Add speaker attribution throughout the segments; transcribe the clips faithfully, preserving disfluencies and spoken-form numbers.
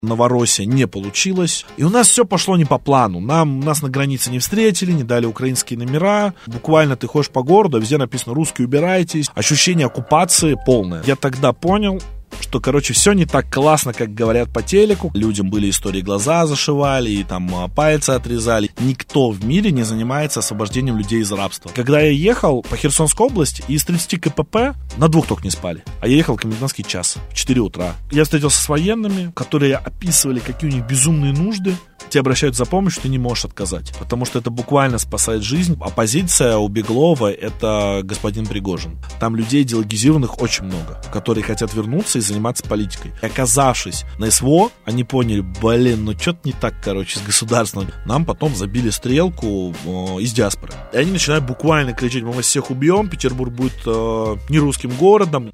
Speaker 1: Новороссия не получилось. И у нас все пошло не по плану. Нам, нас на границе не встретили, не дали украинские номера. Буквально ты ходишь по городу, везде написано «русские, убирайтесь». Ощущение оккупации полное. Я тогда понял, что, короче, все не так классно, как говорят по телеку. Людям были истории, глаза зашивали и там пальцы отрезали. Никто в мире не занимается освобождением людей из рабства. Когда я ехал по Херсонской области, из тридцати КПП на двух только не спали. А я ехал в комендантский час, в четыре утра. Я встретился с военными, которые описывали, какие у них безумные нужды. Тебе обращаются за помощью, ты не можешь отказать. Потому что это буквально спасает жизнь. Оппозиция у Беглова — это господин Пригожин. Там людей идеологизированных очень много, которые хотят вернуться и заниматься политикой. И оказавшись на СВО, они поняли, блин, ну что-то не так, короче, с государственным. Нам потом забили стрелку э, из диаспоры. И они начинают буквально кричать: мы вас всех убьем, Петербург будет э, не русским городом.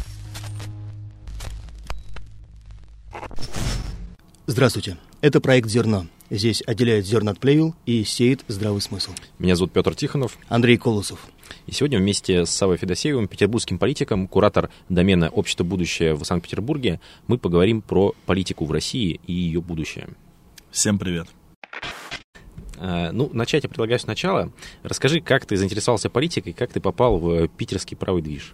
Speaker 2: Здравствуйте. Это проект «Зерно». Здесь отделяет зерна от плевел и сеет здравый смысл.
Speaker 3: Меня зовут Петр Тихонов.
Speaker 2: Андрей Колосов.
Speaker 3: И сегодня вместе с Саввой Федосеевым, петербургским политиком, куратор домена «Общество будущее» в Санкт-Петербурге, мы поговорим про политику в России и ее будущее.
Speaker 1: Всем привет.
Speaker 3: Ну, начать я предлагаю сначала. Расскажи, как ты заинтересовался политикой, как ты попал в питерский правый движ?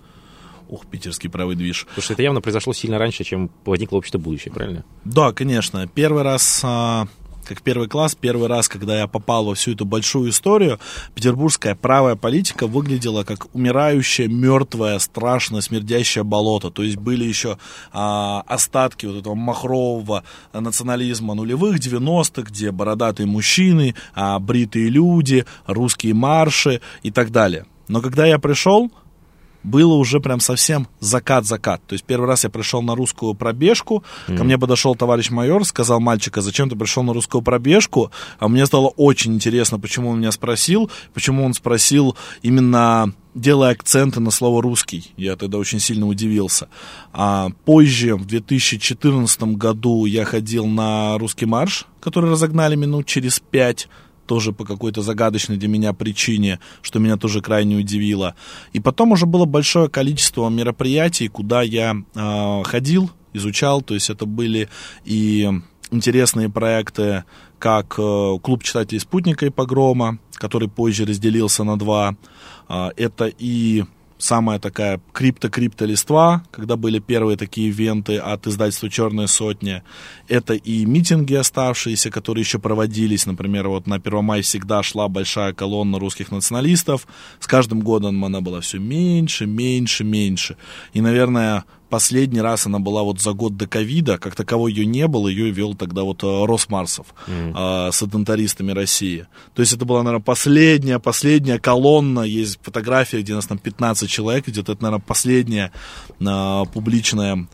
Speaker 1: Ух, питерский правый движ.
Speaker 3: Потому что это явно произошло сильно раньше, чем возникло «Общество будущее», правильно?
Speaker 1: Да, конечно. Первый раз, как первый класс, первый раз, когда я попал во всю эту большую историю, петербургская правая политика выглядела как умирающее, мертвое, страшное, смердящее болото. То есть были еще а, остатки вот этого махрового национализма нулевых, девяностых, где бородатые мужчины, а, бритые люди, русские марши и так далее. Но когда я пришел, было уже прям совсем закат-закат. То есть первый раз я пришел на русскую пробежку, mm-hmm. ко мне подошел товарищ майор, сказал: мальчик, а зачем ты пришел на русскую пробежку? А мне стало очень интересно, почему он меня спросил, почему он спросил именно делая акценты на слово «русский». Я тогда очень сильно удивился. А позже, в две тысячи четырнадцатом году, я ходил на русский марш, который разогнали минут через пять, тоже по какой-то загадочной для меня причине, что меня тоже крайне удивило. И потом уже было большое количество мероприятий, куда я э, ходил, изучал, то есть это были и интересные проекты, как э, клуб читателей «Спутника» и «Погрома», который позже разделился на два. Э, это и самая такая крипто-крипто-листва, когда были первые такие ивенты от издательства «Черная сотня». Это и митинги оставшиеся, которые еще проводились. Например, вот на Первомай всегда шла большая колонна русских националистов. С каждым годом она была все меньше, меньше, меньше. И, наверное, последний раз она была вот за год до ковида, как таковой ее не было, ее вел тогда вот Росмарсов mm. э, с адентаристами России. То есть это была, наверное, последняя, последняя колонна, есть фотография, где нас там пятнадцать человек, где-то это, наверное, последнее э, публичное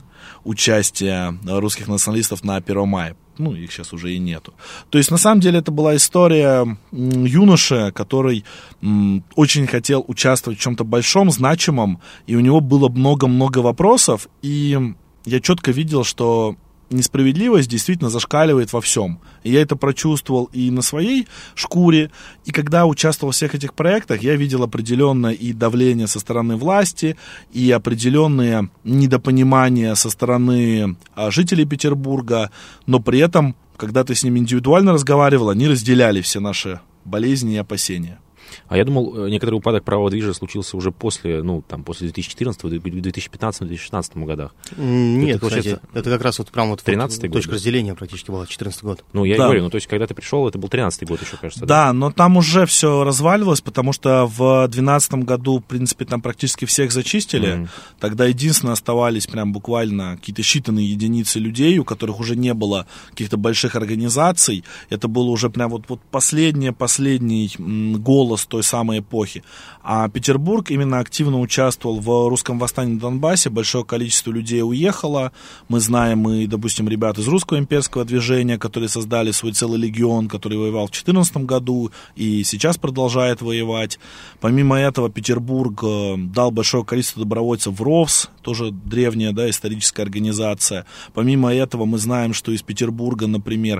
Speaker 1: участие русских националистов на первом мая. Ну, их сейчас уже и нету. То есть, на самом деле, это была история м, юноши, который м, очень хотел участвовать в чем-то большом, значимом, и у него было много-много вопросов, и я четко видел, что несправедливость действительно зашкаливает во всем. И я это прочувствовал и на своей шкуре, и когда участвовал в всех этих проектах, я видел определенное и давление со стороны власти, и определенные недопонимания со стороны а, жителей Петербурга, но при этом, когда ты с ними индивидуально разговаривал, они разделяли все наши болезни и опасения.
Speaker 3: А я думал, некоторый упадок правого движа случился уже после, ну, там, после две тысячи четырнадцатого, две тысячи пятнадцатого, две тысячи шестнадцатого годах.
Speaker 2: Нет, это, кстати, это как раз вот прям вот
Speaker 3: тринадцатый
Speaker 2: точка
Speaker 3: год,
Speaker 2: разделения практически была, четырнадцатый год.
Speaker 3: Ну, я
Speaker 2: да.
Speaker 3: и говорю, ну, то есть, когда ты пришел, это был тринадцатый год еще, кажется.
Speaker 1: Да, да, но там уже все разваливалось, потому что в двенадцатом году, в принципе, там практически всех зачистили. Mm-hmm. Тогда единственное оставались прям буквально какие-то считанные единицы людей, у которых уже не было каких-то больших организаций. Это было уже прям вот, вот последний-последний голос той самой эпохи. А Петербург именно активно участвовал в русском восстании на Донбассе, большое количество людей уехало. Мы знаем и, допустим, ребят из русского имперского движения, которые создали свой целый легион, который воевал в две тысячи четырнадцатом году и сейчас продолжает воевать. Помимо этого, Петербург дал большое количество добровольцев в РОВС, тоже древняя, да, историческая организация. Помимо этого, мы знаем, что из Петербурга, например,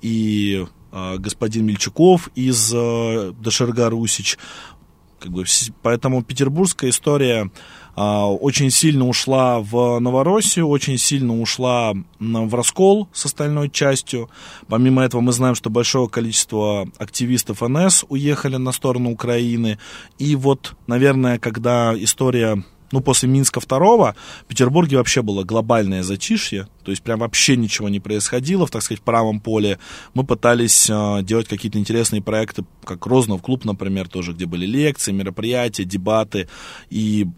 Speaker 1: и господин Мельчаков из Дошерга Русич. Как бы, поэтому петербургская история очень сильно ушла в Новороссию, очень сильно ушла в раскол с остальной частью. Помимо этого мы знаем, что большое количество активистов эн эс уехали на сторону Украины. И вот, наверное, когда история... Ну, после Минска второго в Петербурге вообще было глобальное затишье, то есть прям вообще ничего не происходило в, так сказать, правом поле. Мы пытались э, делать какие-то интересные проекты, как Рознов клуб, например, тоже, где были лекции, мероприятия, дебаты, и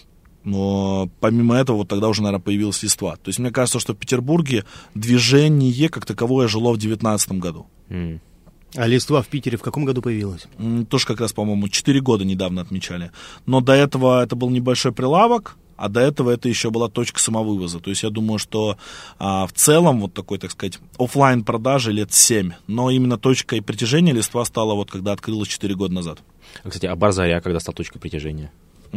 Speaker 1: но помимо этого вот тогда уже, наверное, появилась листва. То есть мне кажется, что в Петербурге движение как таковое жило в девятнадцатом году.
Speaker 3: Mm.
Speaker 2: А листва в Питере в каком году появилась?
Speaker 1: Тоже как раз, по-моему, четыре года недавно отмечали. Но до этого это был небольшой прилавок, а до этого это еще была точка самовывоза. То есть я думаю, что а, в целом вот такой, так сказать, офлайн продажи лет семь. Но именно точкой притяжения листва стала вот когда открылась четыре года назад.
Speaker 3: Кстати, а Бар Заря когда стал точкой притяжения?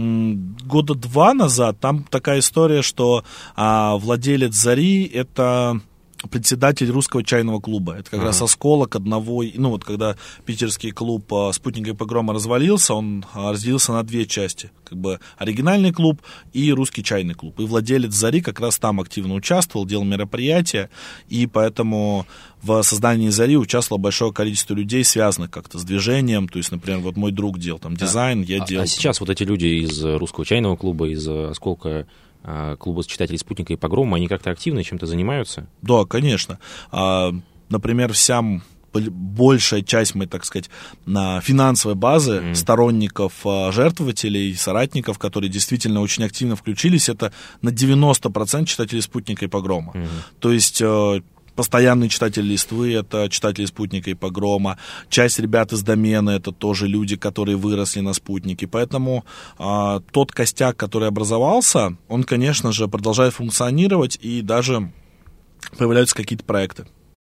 Speaker 1: Года два назад там такая история, что а, владелец Зари — это... председатель русского чайного клуба. Это как ага. раз осколок одного... Ну, вот когда питерский клуб «Спутник и погрома» развалился, он разделился на две части. Как бы оригинальный клуб и русский чайный клуб. И владелец «Зари» как раз там активно участвовал, делал мероприятия, и поэтому в создании «Зари» участвовало большое количество людей, связанных как-то с движением. То есть, например, вот мой друг делал там дизайн,
Speaker 3: а,
Speaker 1: я
Speaker 3: а,
Speaker 1: делал...
Speaker 3: А сейчас вот эти люди из русского чайного клуба, из осколка... клуба читателей «Спутника» и «Погрома», они как-то активно чем-то занимаются?
Speaker 1: Да, конечно. Например, вся большая часть, мы, так сказать, финансовой базы mm. сторонников, жертвователей, соратников, которые действительно очень активно включились, это на девяносто процентов читателей «Спутника» и «Погрома». Mm. То есть... Постоянные читатели листвы — это читатели «Спутника» и «Погрома». Часть ребят из домена — это тоже люди, которые выросли на «Спутнике». Поэтому э, тот костяк, который образовался, он, конечно же, продолжает функционировать, и даже появляются какие-то проекты.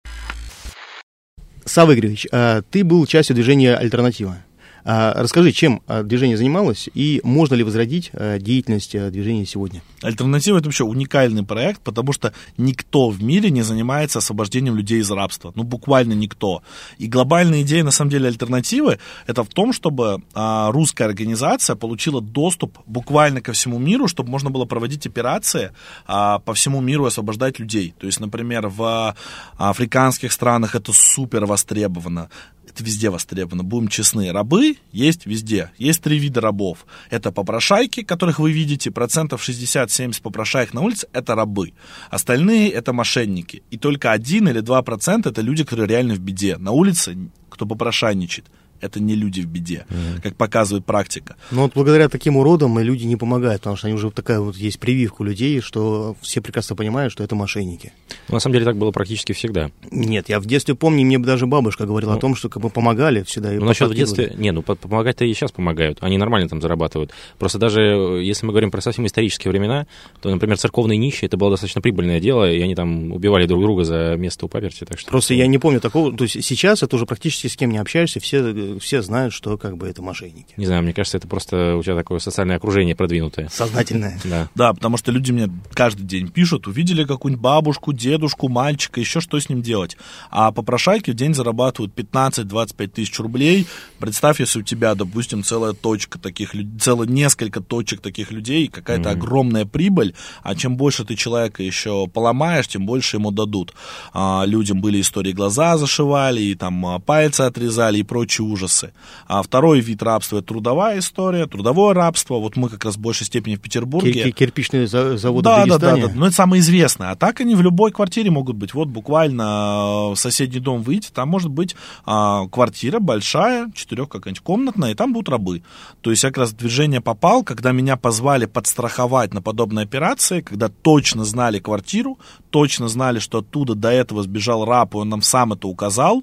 Speaker 2: Савва Игоревич, а ты был частью движения «Альтернатива». А расскажи, чем движение занималось и можно ли возродить деятельность движения сегодня?
Speaker 1: «Альтернатива» — это вообще уникальный проект, потому что никто в мире не занимается освобождением людей из рабства. Ну, буквально никто. И глобальная идея, на самом деле, «Альтернативы» — это в том, чтобы а, русская организация получила доступ буквально ко всему миру, чтобы можно было проводить операции а, по всему миру и освобождать людей. То есть, например, в африканских странах это супер востребовано. Это везде востребовано, будем честны. Рабы есть везде. Есть три вида рабов. Это попрошайки, которых вы видите, процентов шестьдесят-семьдесят попрошаек на улице — это рабы. Остальные — это мошенники. И только один или два процента — это люди, которые реально в беде. На улице, кто попрошайничает, это не люди в беде, mm-hmm. как показывает практика.
Speaker 2: Но вот благодаря таким уродам люди не помогают, потому что они уже такая вот есть прививка у людей, что все прекрасно понимают, что это мошенники.
Speaker 3: Ну, на самом деле так было практически всегда.
Speaker 2: Нет, я в детстве помню, мне даже бабушка говорила ну, о том, что как бы помогали всегда.
Speaker 3: Ну, насчет в детстве, не, ну помогать-то и сейчас помогают, они нормально там зарабатывают. Просто даже если мы говорим про совсем исторические времена, то, например, церковные нищие — это было достаточно прибыльное дело, и они там убивали друг друга за место у паперти. Так что...
Speaker 2: Просто я не помню такого, то есть сейчас это уже практически с кем не общаешься, все все знают, что как бы это мошенники.
Speaker 3: Не знаю, мне кажется, это просто у тебя такое социальное окружение продвинутое.
Speaker 2: Сознательное.
Speaker 3: Да.
Speaker 1: Да, потому что люди мне каждый день пишут, увидели какую-нибудь бабушку, дедушку, мальчика, еще что с ним делать. А попрошайки в день зарабатывают пятнадцать-двадцать пять тысяч рублей. Представь, если у тебя, допустим, целая точка таких людей, целое несколько точек таких людей, какая-то mm-hmm. огромная прибыль, а чем больше ты человека еще поломаешь, тем больше ему дадут. А, людям были истории, глаза зашивали, и там пальцы отрезали, и прочие ужасы. А второй вид рабства — это трудовая история, трудовое рабство. Вот мы как раз в большей степени в Петербурге.
Speaker 2: Кирпичные заводы
Speaker 1: да,
Speaker 2: в Дагестане?
Speaker 1: Да, да, да. Но это самое известное. А так они в любой квартире могут быть. Вот буквально в соседний дом выйти, там может быть а, квартира большая, четырех какая-нибудь комнатная, и там будут рабы. То есть я как раз в движение попал, когда меня позвали подстраховать на подобные операции, когда точно знали квартиру, точно знали, что оттуда до этого сбежал раб, и он нам сам это указал.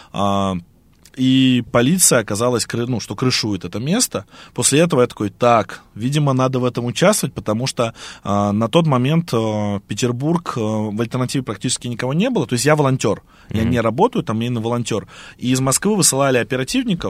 Speaker 1: А, И полиция оказалась, ну, что крышует это место. После этого я такой, так, видимо, надо в этом участвовать, потому что э, на тот момент э, Петербург, э, в «Альтернативе» практически никого не было. То есть я волонтер, mm-hmm. я не работаю, там именно волонтер. И из Москвы высылали оперативников,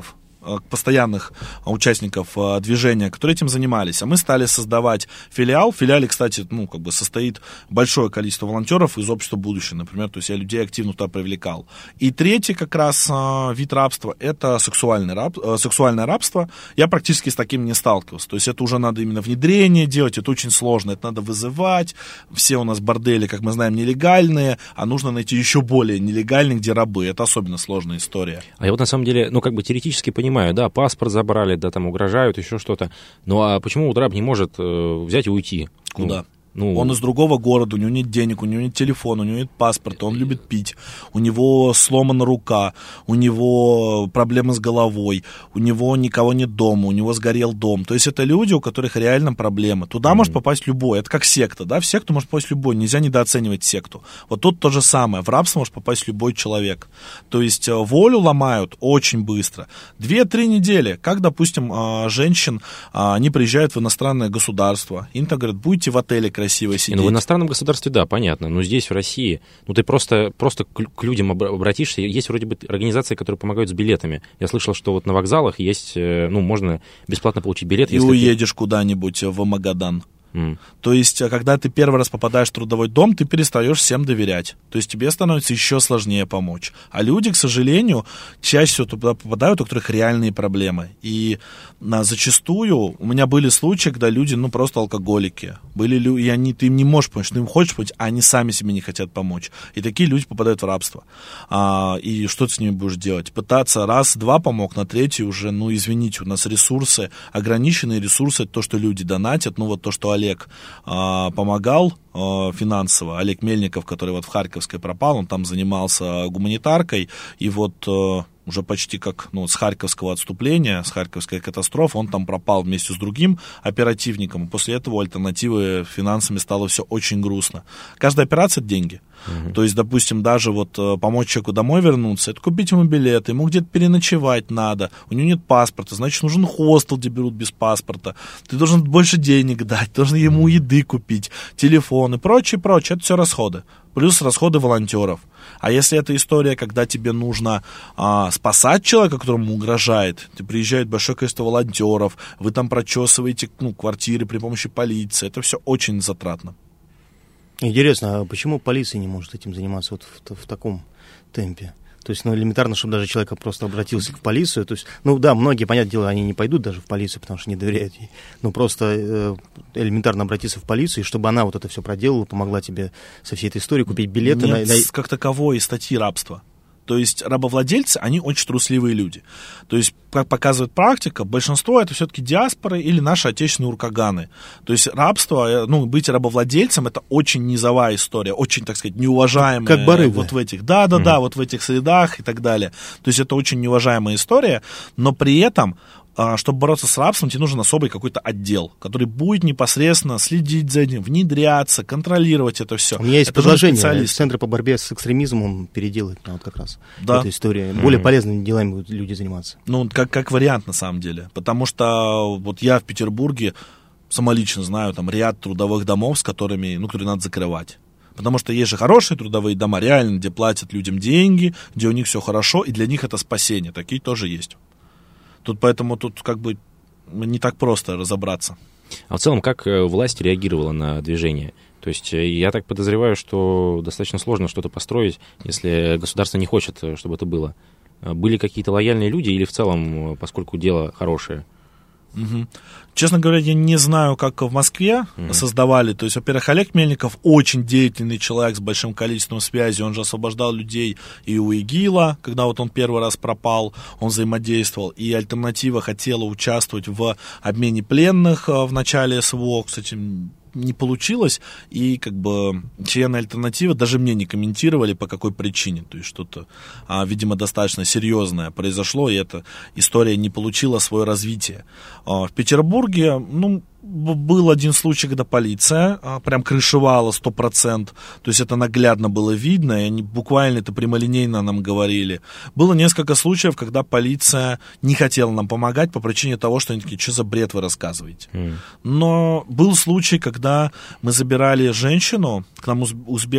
Speaker 1: постоянных участников движения, которые этим занимались. А мы стали создавать филиал. В филиале, кстати, ну, как бы состоит большое количество волонтеров из общества «Будущее», например. То есть я людей активно туда привлекал. И третий как раз вид рабства — это сексуальное, раб, сексуальное рабство. Я практически с таким не сталкивался. То есть это уже надо именно внедрение делать, это очень сложно. Это надо вызывать. Все у нас бордели, как мы знаем, нелегальные, а нужно найти еще более нелегальные, где рабы. Это особенно сложная история.
Speaker 3: А я вот на самом деле, ну, как бы теоретически понимаю, да, паспорт забрали, да, там угрожают, еще что-то. Ну, а почему вот раб не может э, взять и уйти?
Speaker 1: Куда?
Speaker 3: Ну, Ну,
Speaker 1: он из другого города, у него нет денег, у него нет телефона, у него нет паспорта, он любит пить, у него сломана рука, у него проблемы с головой, у него никого нет дома, у него сгорел дом. То есть это люди, у которых реально проблемы. Туда mm-hmm. может попасть любой. Это как секта, да? В секту может попасть любой. Нельзя недооценивать секту. Вот тут то же самое. В рабство может попасть любой человек. То есть волю ломают очень быстро. Две-три недели. Как, допустим, женщин, они приезжают в иностранное государство, им там говорят, будете в отеле красиво сидеть.
Speaker 3: Ну, в иностранном государстве, да, понятно. Но здесь, в России, ну, ты просто, просто к, к людям обратишься. Есть вроде бы организации, которые помогают с билетами. Я слышал, что вот на вокзалах есть, ну, можно бесплатно получить билет.
Speaker 1: И если уедешь ты... куда-нибудь в Магадан. Mm. То есть, когда ты первый раз попадаешь в трудовой дом, ты перестаешь всем доверять. То есть, тебе становится еще сложнее помочь. А люди, к сожалению, чаще всего туда попадают, у которых реальные проблемы. И на, зачастую у меня были случаи, когда люди, ну, просто алкоголики. Были люди, и они, ты им не можешь помочь, ты им хочешь помочь, а они сами себе не хотят помочь. И такие люди попадают в рабство. А, и что ты с ними будешь делать? Пытаться раз-два помог, на третий уже, ну, извините, у нас ресурсы, ограниченные ресурсы, то, что люди донатят, ну, вот то, что Олег а, помогал а, финансово, Олег Мельников, который вот в Харьковской пропал, он там занимался гуманитаркой, и вот а, уже почти как ну, с Харьковского отступления, с Харьковской катастрофы, он там пропал вместе с другим оперативником, и после этого альтернативы финансами стало все очень грустно. Каждая операция — это деньги. Uh-huh. То есть, допустим, даже вот помочь человеку домой вернуться, это купить ему билеты, ему где-то переночевать надо, у него нет паспорта, значит, нужен хостел, где берут без паспорта, ты должен больше денег дать, должен ему еды купить, телефон и прочее, прочее, это все расходы. Плюс расходы волонтеров. А если это история, когда тебе нужно а, спасать человека, которому угрожает, ты приезжает большое количество волонтеров, вы там прочесываете ну, квартиры при помощи полиции, это все очень затратно.
Speaker 2: Интересно, а почему полиция не может этим заниматься вот в, в таком темпе? То есть, ну, элементарно, чтобы даже человек просто обратился в полицию. То есть, ну, да, многие, понятное дело, они не пойдут даже в полицию, потому что не доверяют ей. Ну, просто э, элементарно обратиться в полицию, и чтобы она вот это все проделала, помогла тебе со всей этой историей купить билеты.
Speaker 1: Нет
Speaker 2: на, на...
Speaker 1: как таковой статьи рабства. То есть рабовладельцы, они очень трусливые люди. То есть, как показывает практика, большинство это все-таки диаспоры или наши отечественные уркаганы. То есть рабство, ну, быть рабовладельцем, это очень низовая история, очень, так сказать, неуважаемая.
Speaker 2: Как барыга.
Speaker 1: Вот в этих, да-да-да, mm-hmm. вот в этих средах и так далее. То есть это очень неуважаемая история, но при этом... чтобы бороться с рабством, тебе нужен особый какой-то отдел, который будет непосредственно следить за этим, внедряться, контролировать это все.
Speaker 2: У меня есть это предложение. Центр по борьбе с экстремизмом переделать ну, вот как раз да. эту историю. Mm-hmm. Более полезными делами будут люди заниматься.
Speaker 1: Ну, как, как вариант на самом деле. Потому что вот я в Петербурге самолично знаю там ряд трудовых домов, с которыми, ну, которые надо закрывать. Потому что есть же хорошие трудовые дома, реально, где платят людям деньги, где у них все хорошо, и для них это спасение. Такие тоже есть. Тут поэтому тут как бы не так просто разобраться.
Speaker 3: А в целом, как власть реагировала на движение? То есть я так подозреваю, что достаточно сложно что-то построить, если государство не хочет, чтобы это было. Были какие-то лояльные люди или в целом, поскольку дело хорошее?
Speaker 1: Угу. Честно говоря, я не знаю, как в Москве mm-hmm. создавали. То есть, во-первых, Олег Мельников очень деятельный человек с большим количеством связей. Он же освобождал людей и у ИГИЛа, когда вот он первый раз пропал, он взаимодействовал. И Альтернатива хотела участвовать в обмене пленных в начале СВО. Кстати, не получилось, и как бы члены Альтернативы даже мне не комментировали, по какой причине. То есть что-то, а, видимо, достаточно серьезное произошло, и эта история не получила свое развитие. А, в Петербурге, ну, был один случай, когда полиция а, прям крышевала сто процентов, то есть это наглядно было видно, и они буквально это прямолинейно нам говорили. Было несколько случаев, когда полиция не хотела нам помогать по причине того, что они такие, что за бред вы рассказываете. Mm. Но был случай, когда мы забирали женщину, к нам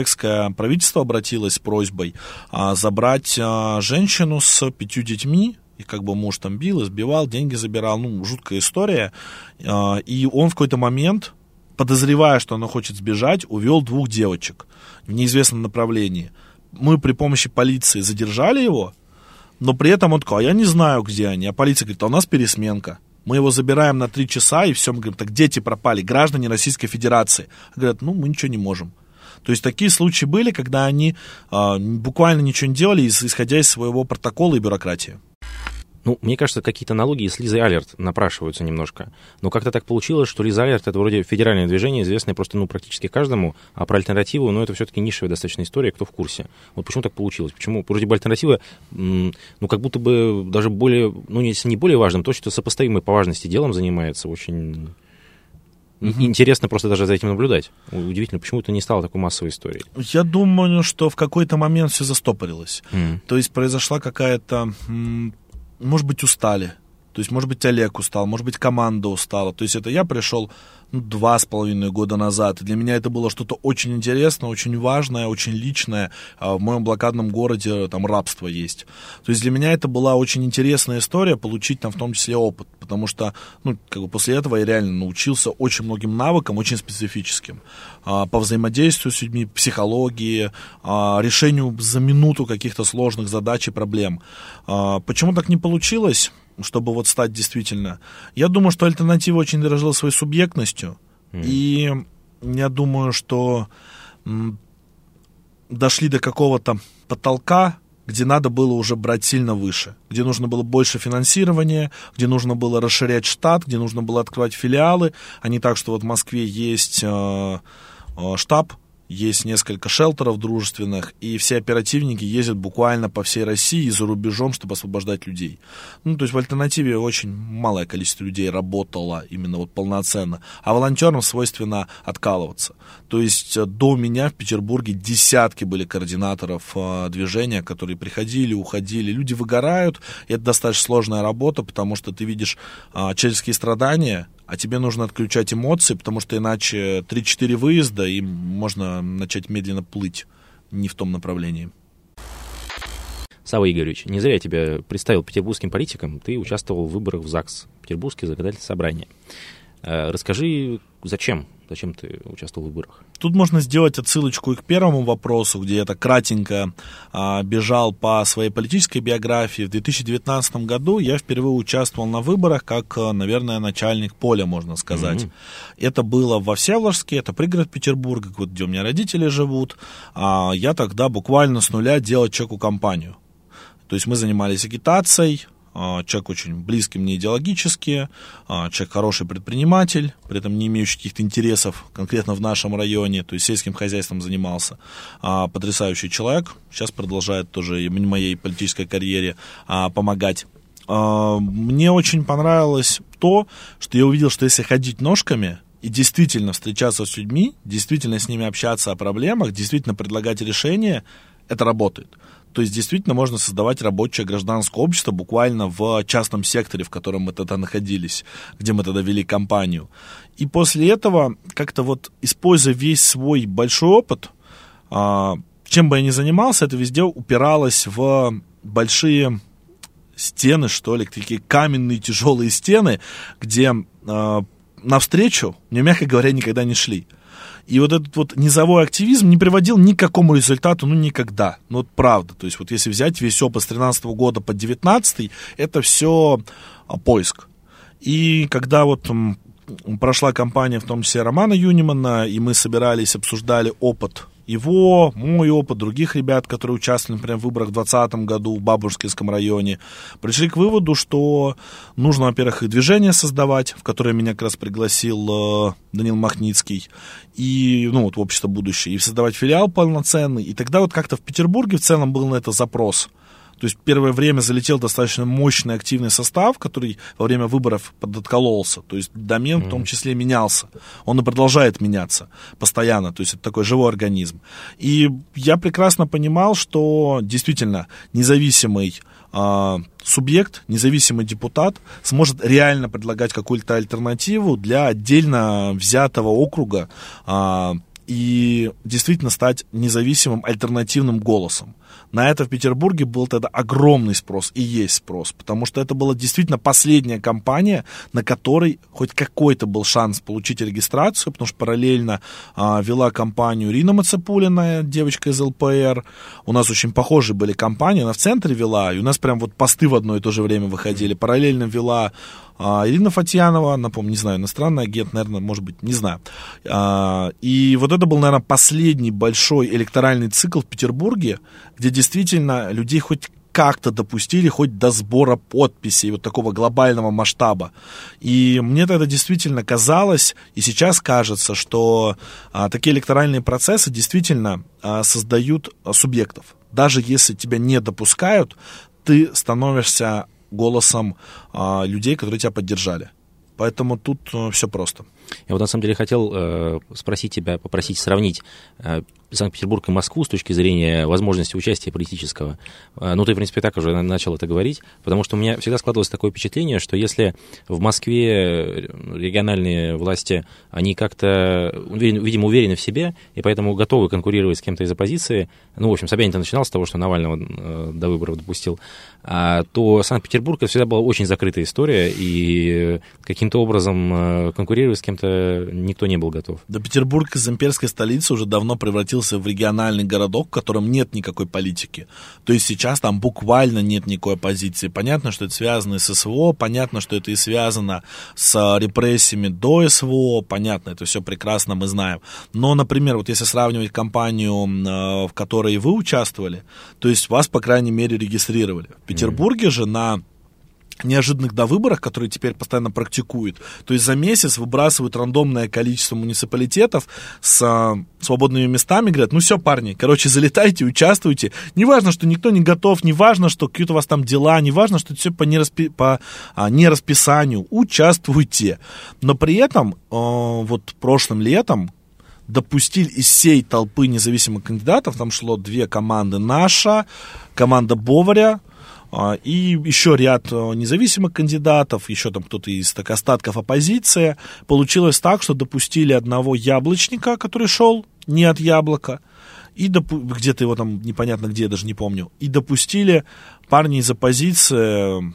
Speaker 1: узбекское правительство обратилось с просьбой а, забрать а, женщину с пятью детьми, и как бы муж там бил, избивал, деньги забирал, ну, жуткая история. И он в какой-то момент, подозревая, что она хочет сбежать, увел двух девочек в неизвестном направлении. Мы при помощи полиции задержали его, но при этом он такой, а я не знаю, где они. А полиция говорит, а у нас пересменка. Мы его забираем на три часа, и все, мы говорим, так дети пропали, граждане Российской Федерации. Говорят, ну, мы ничего не можем. То есть такие случаи были, когда они э, буквально ничего не делали, исходя из своего протокола и бюрократии.
Speaker 3: Ну, мне кажется, какие-то аналогии с Лизой Алерт напрашиваются немножко. Но как-то так получилось, что Лиза Алерт — это вроде федеральное движение, известное просто, ну, практически каждому, а про альтернативу, ну, это все-таки нишевая достаточно история, кто в курсе. Вот почему так получилось? Почему вроде бы альтернатива, ну, как будто бы даже более, ну, если не более важным, то, что сопоставимой по важности делом занимается, очень... Mm-hmm. Интересно просто даже за этим наблюдать. Удивительно, почему это не стало такой массовой историей.
Speaker 1: Я думаю, что в какой-то момент все застопорилось.
Speaker 3: Mm.
Speaker 1: То есть произошла какая-то... Может быть, устали. То есть, может быть, Олег устал, может быть, команда устала. То есть, это я пришел ну, два с половиной года назад. И для меня это было что-то очень интересное, очень важное, очень личное. В моем блокадном городе там рабство есть. То есть, для меня это была очень интересная история, получить там в том числе опыт. Потому что, ну, как бы после этого я реально научился очень многим навыкам, очень специфическим. По взаимодействию с людьми, психологии, решению за минуту каких-то сложных задач и проблем. Почему так не получилось? Чтобы вот стать действительно... Я думаю, что альтернатива очень дорожила своей субъектностью. Mm. И я думаю, что м, дошли до какого-то потолка, где надо было уже брать сильно выше. Где нужно было больше финансирования, где нужно было расширять штат, где нужно было открывать филиалы. А не так, что вот в Москве есть э, э, штаб, есть несколько шелтеров дружественных, и все оперативники ездят буквально по всей России и за рубежом, чтобы освобождать людей. Ну, то есть в альтернативе очень малое количество людей работало именно вот полноценно, а волонтерам свойственно откалываться. То есть до меня в Петербурге десятки были координаторов э, движения, которые приходили, уходили. Люди выгорают, и это достаточно сложная работа, потому что ты видишь э, человеческие страдания, а тебе нужно отключать эмоции, потому что иначе три-четыре выезда, и можно начать медленно плыть не в том направлении.
Speaker 3: Савва Игоревич, не зря я тебя представил петербургским политиком, ты участвовал в выборах в ЗАГС, Петербургское законодательное собрание. Расскажи, зачем? Зачем ты участвовал в выборах?
Speaker 1: Тут можно сделать отсылочку и к первому вопросу, где я так кратенько а, бежал по своей политической биографии. В две тысячи девятнадцатом году я впервые участвовал на выборах как, наверное, начальник поля, можно сказать. Mm-hmm. Это было во Всеволожске, это пригород Петербурга, вот, где у меня родители живут. А, я тогда буквально с нуля делал человеку кампанию. То есть мы занимались агитацией. Человек очень близкий мне идеологически, человек хороший предприниматель, при этом не имеющий каких-то интересов конкретно в нашем районе, то есть сельским хозяйством занимался. Потрясающий человек, сейчас продолжает тоже в моей политической карьере помогать. Мне очень понравилось то, что я увидел, что если ходить ножками и действительно встречаться с людьми, действительно с ними общаться о проблемах, действительно предлагать решения, это работает. То есть действительно можно создавать рабочее гражданское общество буквально в частном секторе, в котором мы тогда находились, где мы тогда вели кампанию. И после этого, как-то вот используя весь свой большой опыт, чем бы я ни занимался, это везде упиралось в большие стены, что ли, такие каменные тяжелые стены, где навстречу мне, мягко говоря, никогда не шли. И вот этот вот низовой активизм не приводил ни к какому результату, ну, никогда. Ну, вот правда. То есть вот если взять весь опыт с тринадцатого года по девятнадцатый, это все а, поиск. И когда вот м, прошла кампания, в том числе Романа Юнимана, и мы собирались, обсуждали опыт его, мой опыт, других ребят, которые участвовали, например, в выборах в двадцатом году в Бабушкинском районе, пришли к выводу, что нужно, во-первых, и движение создавать, в которое меня как раз пригласил э, Данил Махницкий, и, ну, вот, в общество будущее, и создавать филиал полноценный. И тогда вот как-то в Петербурге в целом был на это запрос. То есть первое время залетел достаточно мощный активный состав, который во время выборов подоткололся. То есть домен mm-hmm. в том числе менялся. Он и продолжает меняться постоянно. То есть это такой живой организм. И я прекрасно понимал, что действительно независимый э, субъект, независимый депутат сможет реально предлагать какую-то альтернативу для отдельно взятого округа э, и действительно стать независимым альтернативным голосом. На это в Петербурге был тогда огромный спрос, и есть спрос, потому что это была действительно последняя компания, на которой хоть какой-то был шанс получить регистрацию, потому что параллельно а, вела компанию Ирина Мацепулина, девочка из эл пэ эр. У нас очень похожие были компании, она в центре вела, и у нас прям вот посты в одно и то же время выходили. Параллельно вела а, Ирина Фатьянова, напомню, не знаю, иностранный агент, наверное, может быть, не знаю. А, и вот это был, наверное, последний большой электоральный цикл в Петербурге, где действительно людей хоть как-то допустили хоть до сбора подписей вот такого глобального масштаба. И мне тогда действительно казалось, и сейчас кажется, что а, такие электоральные процессы действительно а, создают а, субъектов. Даже если тебя не допускают, ты становишься голосом а, людей, которые тебя поддержали. Поэтому тут а, все просто.
Speaker 3: Я вот на самом деле хотел э, спросить тебя, попросить сравнить э, Санкт-Петербург и Москву с точки зрения возможности участия политического. Э, ну, ты, в принципе, так уже начал это говорить, потому что у меня всегда складывалось такое впечатление, что если в Москве региональные власти, они как-то, видимо, уверены в себе, и поэтому готовы конкурировать с кем-то из оппозиции, ну, в общем, Собянин-то начинал с того, что Навального э, до выборов допустил, а, то Санкт-Петербург это всегда была очень закрытая история, и каким-то образом э, конкурировать с кем-то никто не был готов.
Speaker 1: Да, Петербург из имперской столицы уже давно превратился в региональный городок, в котором нет никакой политики. То есть сейчас там буквально нет никакой оппозиции. Понятно, что это связано и с эс вэ о, понятно, что это и связано с репрессиями до эс вэ о, понятно, это все прекрасно мы знаем. Но, например, вот если сравнивать кампанию, в которой вы участвовали, то есть вас, по крайней мере, регистрировали. В Петербурге mm-hmm. же на неожиданных довыборах, которые теперь постоянно практикуют. То есть за месяц выбрасывают рандомное количество муниципалитетов с а, свободными местами, говорят, ну все, парни, короче, залетайте, участвуйте. Не важно, что никто не готов, не важно, что какие-то у вас там дела, не важно, что это все по, нераспи... по а, нерасписанию. Участвуйте. Но при этом а, вот прошлым летом допустили из всей толпы независимых кандидатов, там шло две команды, наша, команда Боваря, и еще ряд независимых кандидатов, еще там кто-то из так, остатков оппозиции. Получилось так, что допустили одного яблочника, который шел не от яблока, и допу- где-то его там непонятно где, я даже не помню, и допустили парня из оппозиции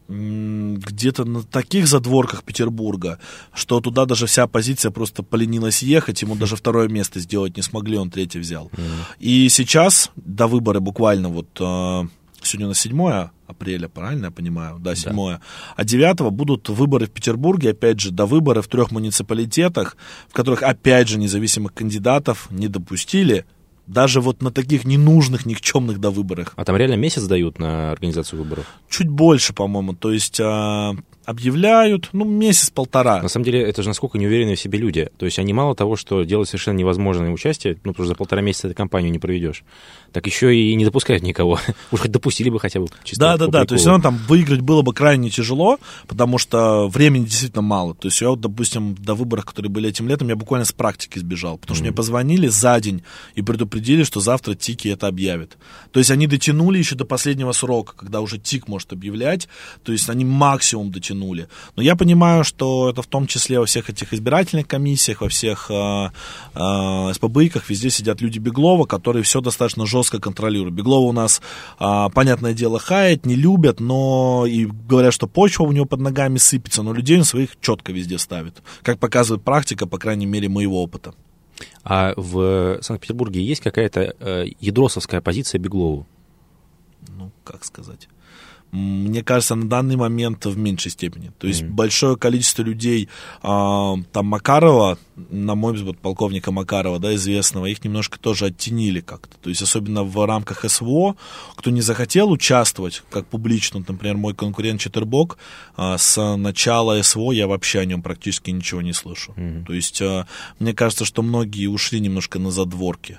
Speaker 1: где-то на таких задворках Петербурга, что туда даже вся оппозиция просто поленилась ехать, ему даже второе место сделать не смогли, он третье взял. Mm-hmm. И сейчас, до выбора буквально вот... Сегодня у нас седьмое апреля, правильно я понимаю? Да, седьмое. Да. А девятого будут выборы в Петербурге, опять же, до выборы в трех муниципалитетах, в которых, опять же, независимых кандидатов не допустили, даже вот на таких ненужных, никчемных довыборах.
Speaker 3: А там реально месяц дают на организацию выборов?
Speaker 1: Чуть больше, по-моему. То есть а, объявляют, ну, месяц-полтора.
Speaker 3: На самом деле, это же насколько неуверенные в себе люди. То есть они мало того, что делают совершенно невозможное участие, ну, потому что за полтора месяца эту кампанию не проведешь, так еще и не допускают никого. Уж хоть допустили бы хотя бы.
Speaker 1: Да, да, да. То есть, там выиграть было бы крайне тяжело, потому что времени действительно мало. То есть я вот, допустим, до выборов, которые были этим летом, я буквально с практики сбежал, потому mm-hmm. что мне позвонили за день и предупредили, что завтра ТИКи это объявят. То есть они дотянули еще до последнего срока, когда уже ТИК может объявлять. То есть они максимум дотянули. Но я понимаю, что это в том числе во всех этих избирательных комиссиях, во всех э, э, эс пэ бэ иках везде сидят люди Беглова, которые все достаточно жестко контролируют. Беглова у нас, а, понятное дело, хаять, не любят, но и говорят, что почва у него под ногами сыпется, но людей он своих четко везде ставит. Как показывает практика, по крайней мере, моего опыта.
Speaker 3: А в Санкт-Петербурге есть какая-то э, ядросовская позиция Беглову?
Speaker 1: Ну, как сказать... Мне кажется, на данный момент в меньшей степени. То есть mm-hmm. большое количество людей, а, там Макарова, на мой взгляд, полковника Макарова, да, известного, их немножко тоже оттенили как-то. То есть особенно в рамках эс вэ о, кто не захотел участвовать, как публично, например, мой конкурент Четербок, а, с начала эс вэ о я вообще о нем практически ничего не слышу. Mm-hmm. То есть а, мне кажется, что многие ушли немножко на задворки.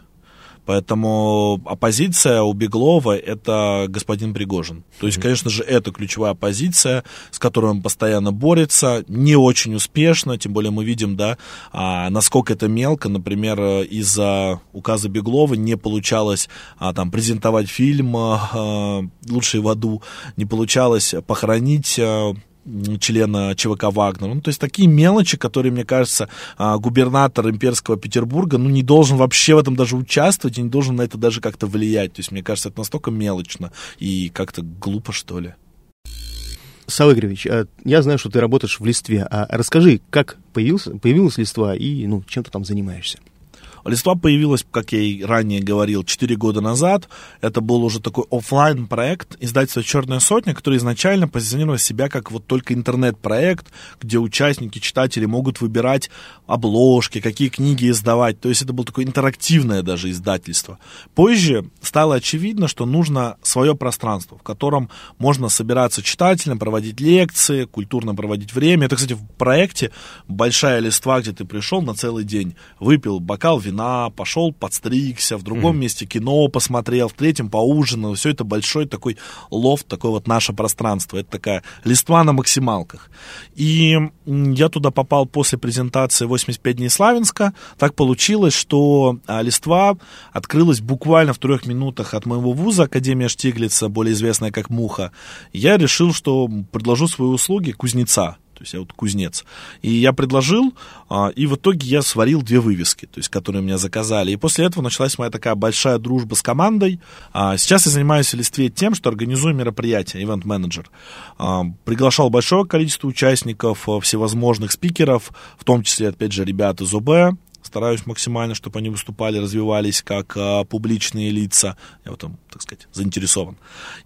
Speaker 1: Поэтому оппозиция у Беглова — это господин Пригожин. То есть, конечно же, это ключевая оппозиция, с которой он постоянно борется, не очень успешно, тем более мы видим, да, а, насколько это мелко. Например, из-за указа Беглова не получалось а, там, презентовать фильм а, «Лучший в аду», не получалось похоронить а, члена ЧВК «Вагнер». Ну, то есть такие мелочи, которые, мне кажется, губернатор имперского Петербурга, ну, не должен вообще в этом даже участвовать и не должен на это даже как-то влиять. То есть, мне кажется, это настолько мелочно и как-то глупо, что ли.
Speaker 2: Савва Игоревич, я знаю, что ты работаешь в Листве. А расскажи, как появился, появилась Листва и, ну, чем ты там занимаешься?
Speaker 1: Листва появилась, как я и ранее говорил, четыре года назад. Это был уже такой офлайн проект издательства «Черная сотня», который изначально позиционировал себя как вот только интернет-проект, где участники, читатели могут выбирать обложки, какие книги издавать. То есть это было такое интерактивное даже издательство. Позже стало очевидно, что нужно свое пространство, в котором можно собираться читателям, проводить лекции, культурно проводить время. Это, кстати, в проекте большая листва, где ты пришел на целый день, выпил бокал вина, пошел, подстригся, в другом mm. месте кино посмотрел, в третьем поужинал. Все это большой такой лофт, такое вот наше пространство. Это такая Листва на максималках. И я туда попал после презентации восемьдесят пять дней Славянска. Так получилось, что Листва открылась буквально в трех минутах от моего вуза, Академия Штиглица, более известная как Муха. Я решил, что предложу свои услуги кузнеца. То есть я вот кузнец. И я предложил, и в итоге я сварил две вывески, то есть, которые меня заказали. И после этого началась моя такая большая дружба с командой. Сейчас я занимаюсь в Листве тем, что организую мероприятия, ивент-менеджер. Приглашал большое количество участников, всевозможных спикеров, в том числе, опять же, ребят из ОБ. Стараюсь максимально, чтобы они выступали, развивались как а, публичные лица. Я в этом, так сказать, заинтересован.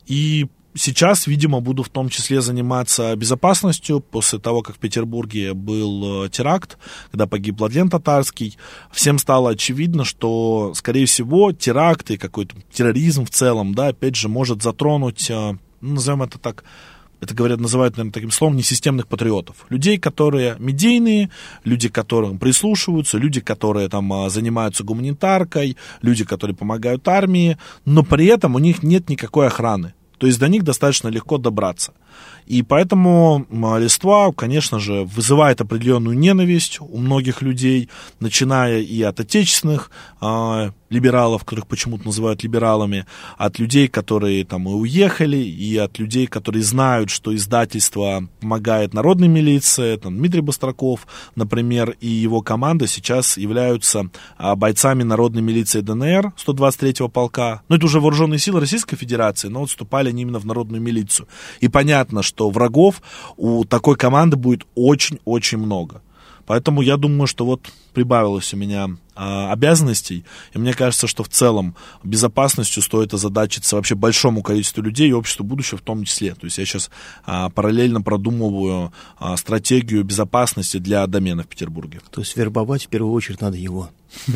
Speaker 1: И сейчас, видимо, буду в том числе заниматься безопасностью. После того, как в Петербурге был теракт, когда погиб Владлен Татарский, всем стало очевидно, что, скорее всего, теракт и какой-то терроризм в целом, да, опять же, может затронуть, ну, назовем это так, это, говорят, называют, наверное, таким словом, несистемных патриотов. Людей, которые медийные, люди, к которым прислушиваются, люди, которые там занимаются гуманитаркой, люди, которые помогают армии, но при этом у них нет никакой охраны. То есть до них достаточно легко добраться. И поэтому Листва, конечно же, вызывает определенную ненависть у многих людей, начиная и от отечественных э, либералов, которых почему-то называют либералами, от людей, которые там и уехали, и от людей, которые знают, что издательство помогает народной милиции. Там Дмитрий Быстраков, например, и его команда сейчас являются э, бойцами народной милиции ДНР сто двадцать третьего полка. Ну, это уже вооруженные силы Российской Федерации, но вот вступали они именно в народную милицию. И понятно, что врагов у такой команды будет очень-очень много. Поэтому я думаю, что вот прибавилось у меня а, обязанностей, и мне кажется, что в целом безопасностью стоит озадачиться вообще большому количеству людей и обществу будущего в том числе. То есть я сейчас а, параллельно продумываю а, стратегию безопасности для домена в Петербурге.
Speaker 2: То есть вербовать в первую очередь надо его.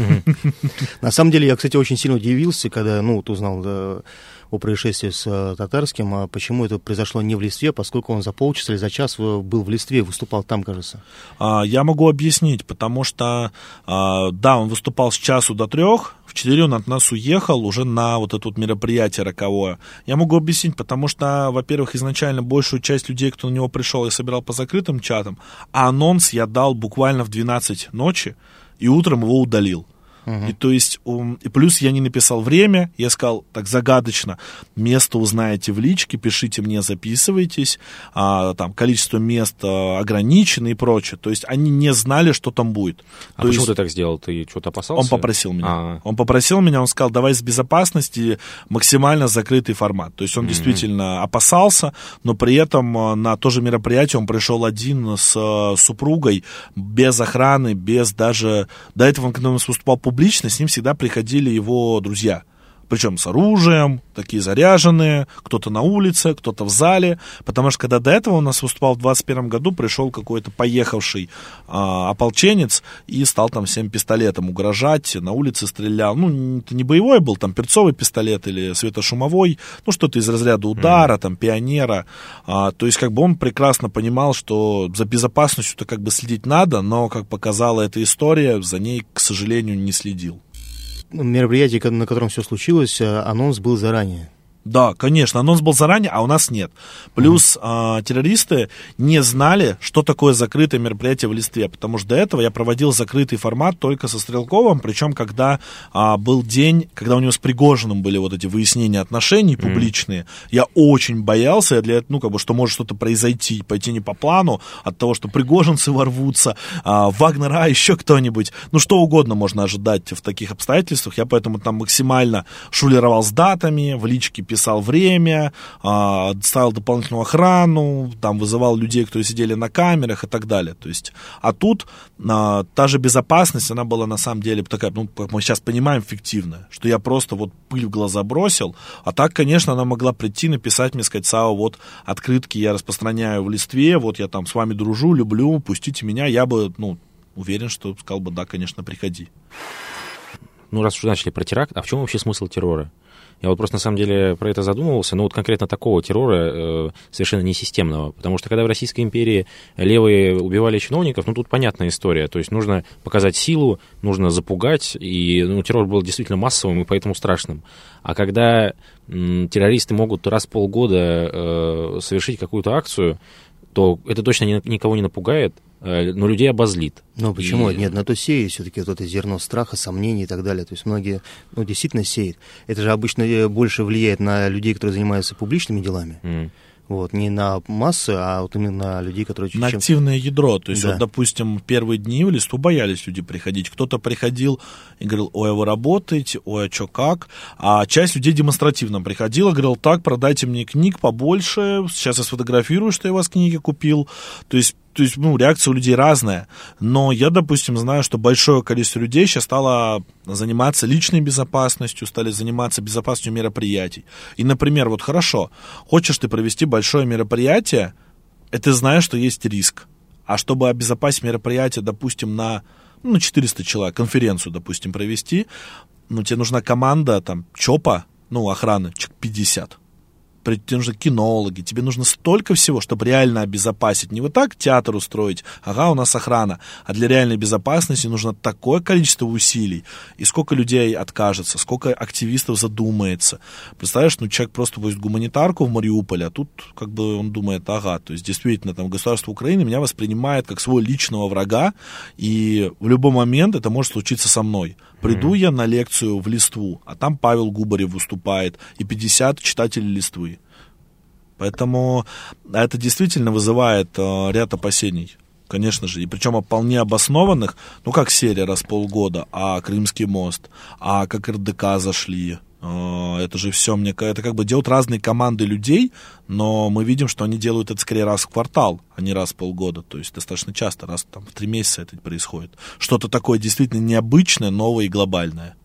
Speaker 2: На самом деле, я, кстати, очень сильно удивился, когда, ну, вот узнал о происшествии с Татарским, а почему это произошло не в Листве, поскольку он за полчаса или за час был в Листве, выступал там, кажется.
Speaker 1: Я могу объяснить, потому что, да, он выступал с часу до трех, в четыре он от нас уехал уже на вот это вот мероприятие роковое. Я могу объяснить, потому что, во-первых, изначально большую часть людей, кто на него пришел, я собирал по закрытым чатам, а анонс я дал буквально в двенадцать ночи, и утром его удалил. Uh-huh. И то есть, um, и плюс я не написал время, я сказал так загадочно: место узнаете в личке, пишите мне, записывайтесь, а, там количество мест а, ограничено и прочее. То есть они не знали, что там будет.
Speaker 3: А
Speaker 1: то
Speaker 3: почему
Speaker 1: есть,
Speaker 3: ты так сделал? Ты что-то опасался?
Speaker 1: Он попросил меня.
Speaker 3: А-а-а.
Speaker 1: Он попросил меня, он сказал: давай с безопасности максимально закрытый формат. То есть он mm-hmm. действительно опасался, но при этом на то же мероприятие он пришел один с супругой, без охраны, без даже... До этого, когда он выступал публично, публично, с ним всегда приходили его друзья. Причем с оружием, такие заряженные, кто-то на улице, кто-то в зале. Потому что когда до этого у нас выступал в двадцать первом году, пришел какой-то поехавший а, ополченец и стал там всем пистолетом угрожать, на улице стрелял. Ну, это не боевой был, там перцовый пистолет или светошумовой, ну, что-то из разряда удара, mm-hmm. там, пионера. А, то есть, как бы он прекрасно понимал, что за безопасностью-то как бы следить надо, но, как показала эта история, за ней, к сожалению, не следил.
Speaker 2: Мероприятие, на котором все случилось, анонс был заранее.
Speaker 1: Да, конечно, анонс был заранее, а у нас нет. Плюс mm-hmm. э, террористы не знали, что такое закрытое мероприятие в Листве, потому что до этого я проводил закрытый формат только со Стрелковым, причем когда э, был день, когда у него с Пригожиным были вот эти выяснения отношений публичные, mm-hmm. я очень боялся, для, ну, как бы, что может что-то произойти, пойти не по плану, от того, что пригожинцы ворвутся, э, Вагнера, еще кто-нибудь, ну, что угодно можно ожидать в таких обстоятельствах, я поэтому там максимально шулировал с датами, в личке писал время, ставил дополнительную охрану, там вызывал людей, которые сидели на камерах и так далее. То есть, а тут а, та же безопасность, она была на самом деле такая, ну, как мы сейчас понимаем, фиктивная, что я просто вот пыль в глаза бросил, а так, конечно, она могла прийти, написать мне, сказать: САО, вот открытки я распространяю в Листве, вот я там с вами дружу, люблю, пустите меня, я бы, ну, уверен, что сказал бы: да, конечно, приходи.
Speaker 3: Ну, раз уж начали про теракт, а в чем вообще смысл террора? Я вот просто на самом деле про это задумывался, но вот конкретно такого террора э, совершенно несистемного, потому что когда в Российской империи левые убивали чиновников, ну тут понятная история, то есть нужно показать силу, нужно запугать, и ну, террор был действительно массовым и поэтому страшным. А когда м, террористы могут раз в полгода э, совершить какую-то акцию, то это точно ни, никого не напугает, но людей обозлит.
Speaker 2: Ну почему?
Speaker 3: И...
Speaker 2: Нет, на то сеет все-таки вот это зерно страха, сомнений и так далее. То есть многие, ну, действительно сеют. Это же обычно больше влияет на людей, которые занимаются публичными делами. Mm. Вот, не на массы, а вот именно на людей, которые...
Speaker 1: На чем... активное ядро. То есть,
Speaker 2: да.
Speaker 1: вот, допустим, первые дни в Листву боялись люди приходить. Кто-то приходил и говорил: ой, а вы работаете, ой, а что, как? А часть людей демонстративно приходила, говорил: так, продайте мне книг побольше, сейчас я сфотографирую, что я у вас книги купил. То есть, То есть, ну, реакция у людей разная. Но я, допустим, знаю, что большое количество людей сейчас стало заниматься личной безопасностью, стали заниматься безопасностью мероприятий. И, например, вот хорошо, хочешь ты провести большое мероприятие, и ты знаешь, что есть риск. А чтобы обезопасить мероприятие, допустим, на, ну, четыреста человек, конференцию, допустим, провести, ну, тебе нужна команда, там, ЧОПа, ну, охраны, пятьдесят. Тебе нужны кинологи, тебе нужно столько всего, чтобы реально обезопасить. Не вот так театр устроить, ага, у нас охрана, а для реальной безопасности нужно такое количество усилий. И сколько людей откажется, сколько активистов задумается. Представляешь, ну человек просто возит гуманитарку в Мариуполе, а тут как бы он думает: ага, то есть действительно там государство Украины меня воспринимает как своего личного врага, и в любой момент это может случиться со мной. Приду я на лекцию в Листву, а там Павел Губарев выступает, и пятьдесят читателей Листвы. Поэтому это действительно вызывает э, ряд опасений, конечно же, и причем вполне обоснованных, ну как серия раз в полгода, а Крымский мост, а как эр дэ ка зашли, э, это же все, мне это как бы делают разные команды людей, но мы видим, что они делают это скорее раз в квартал, а не раз в полгода, то есть достаточно часто, раз там, в три месяца это происходит. Что-то такое действительно необычное, новое и глобальное.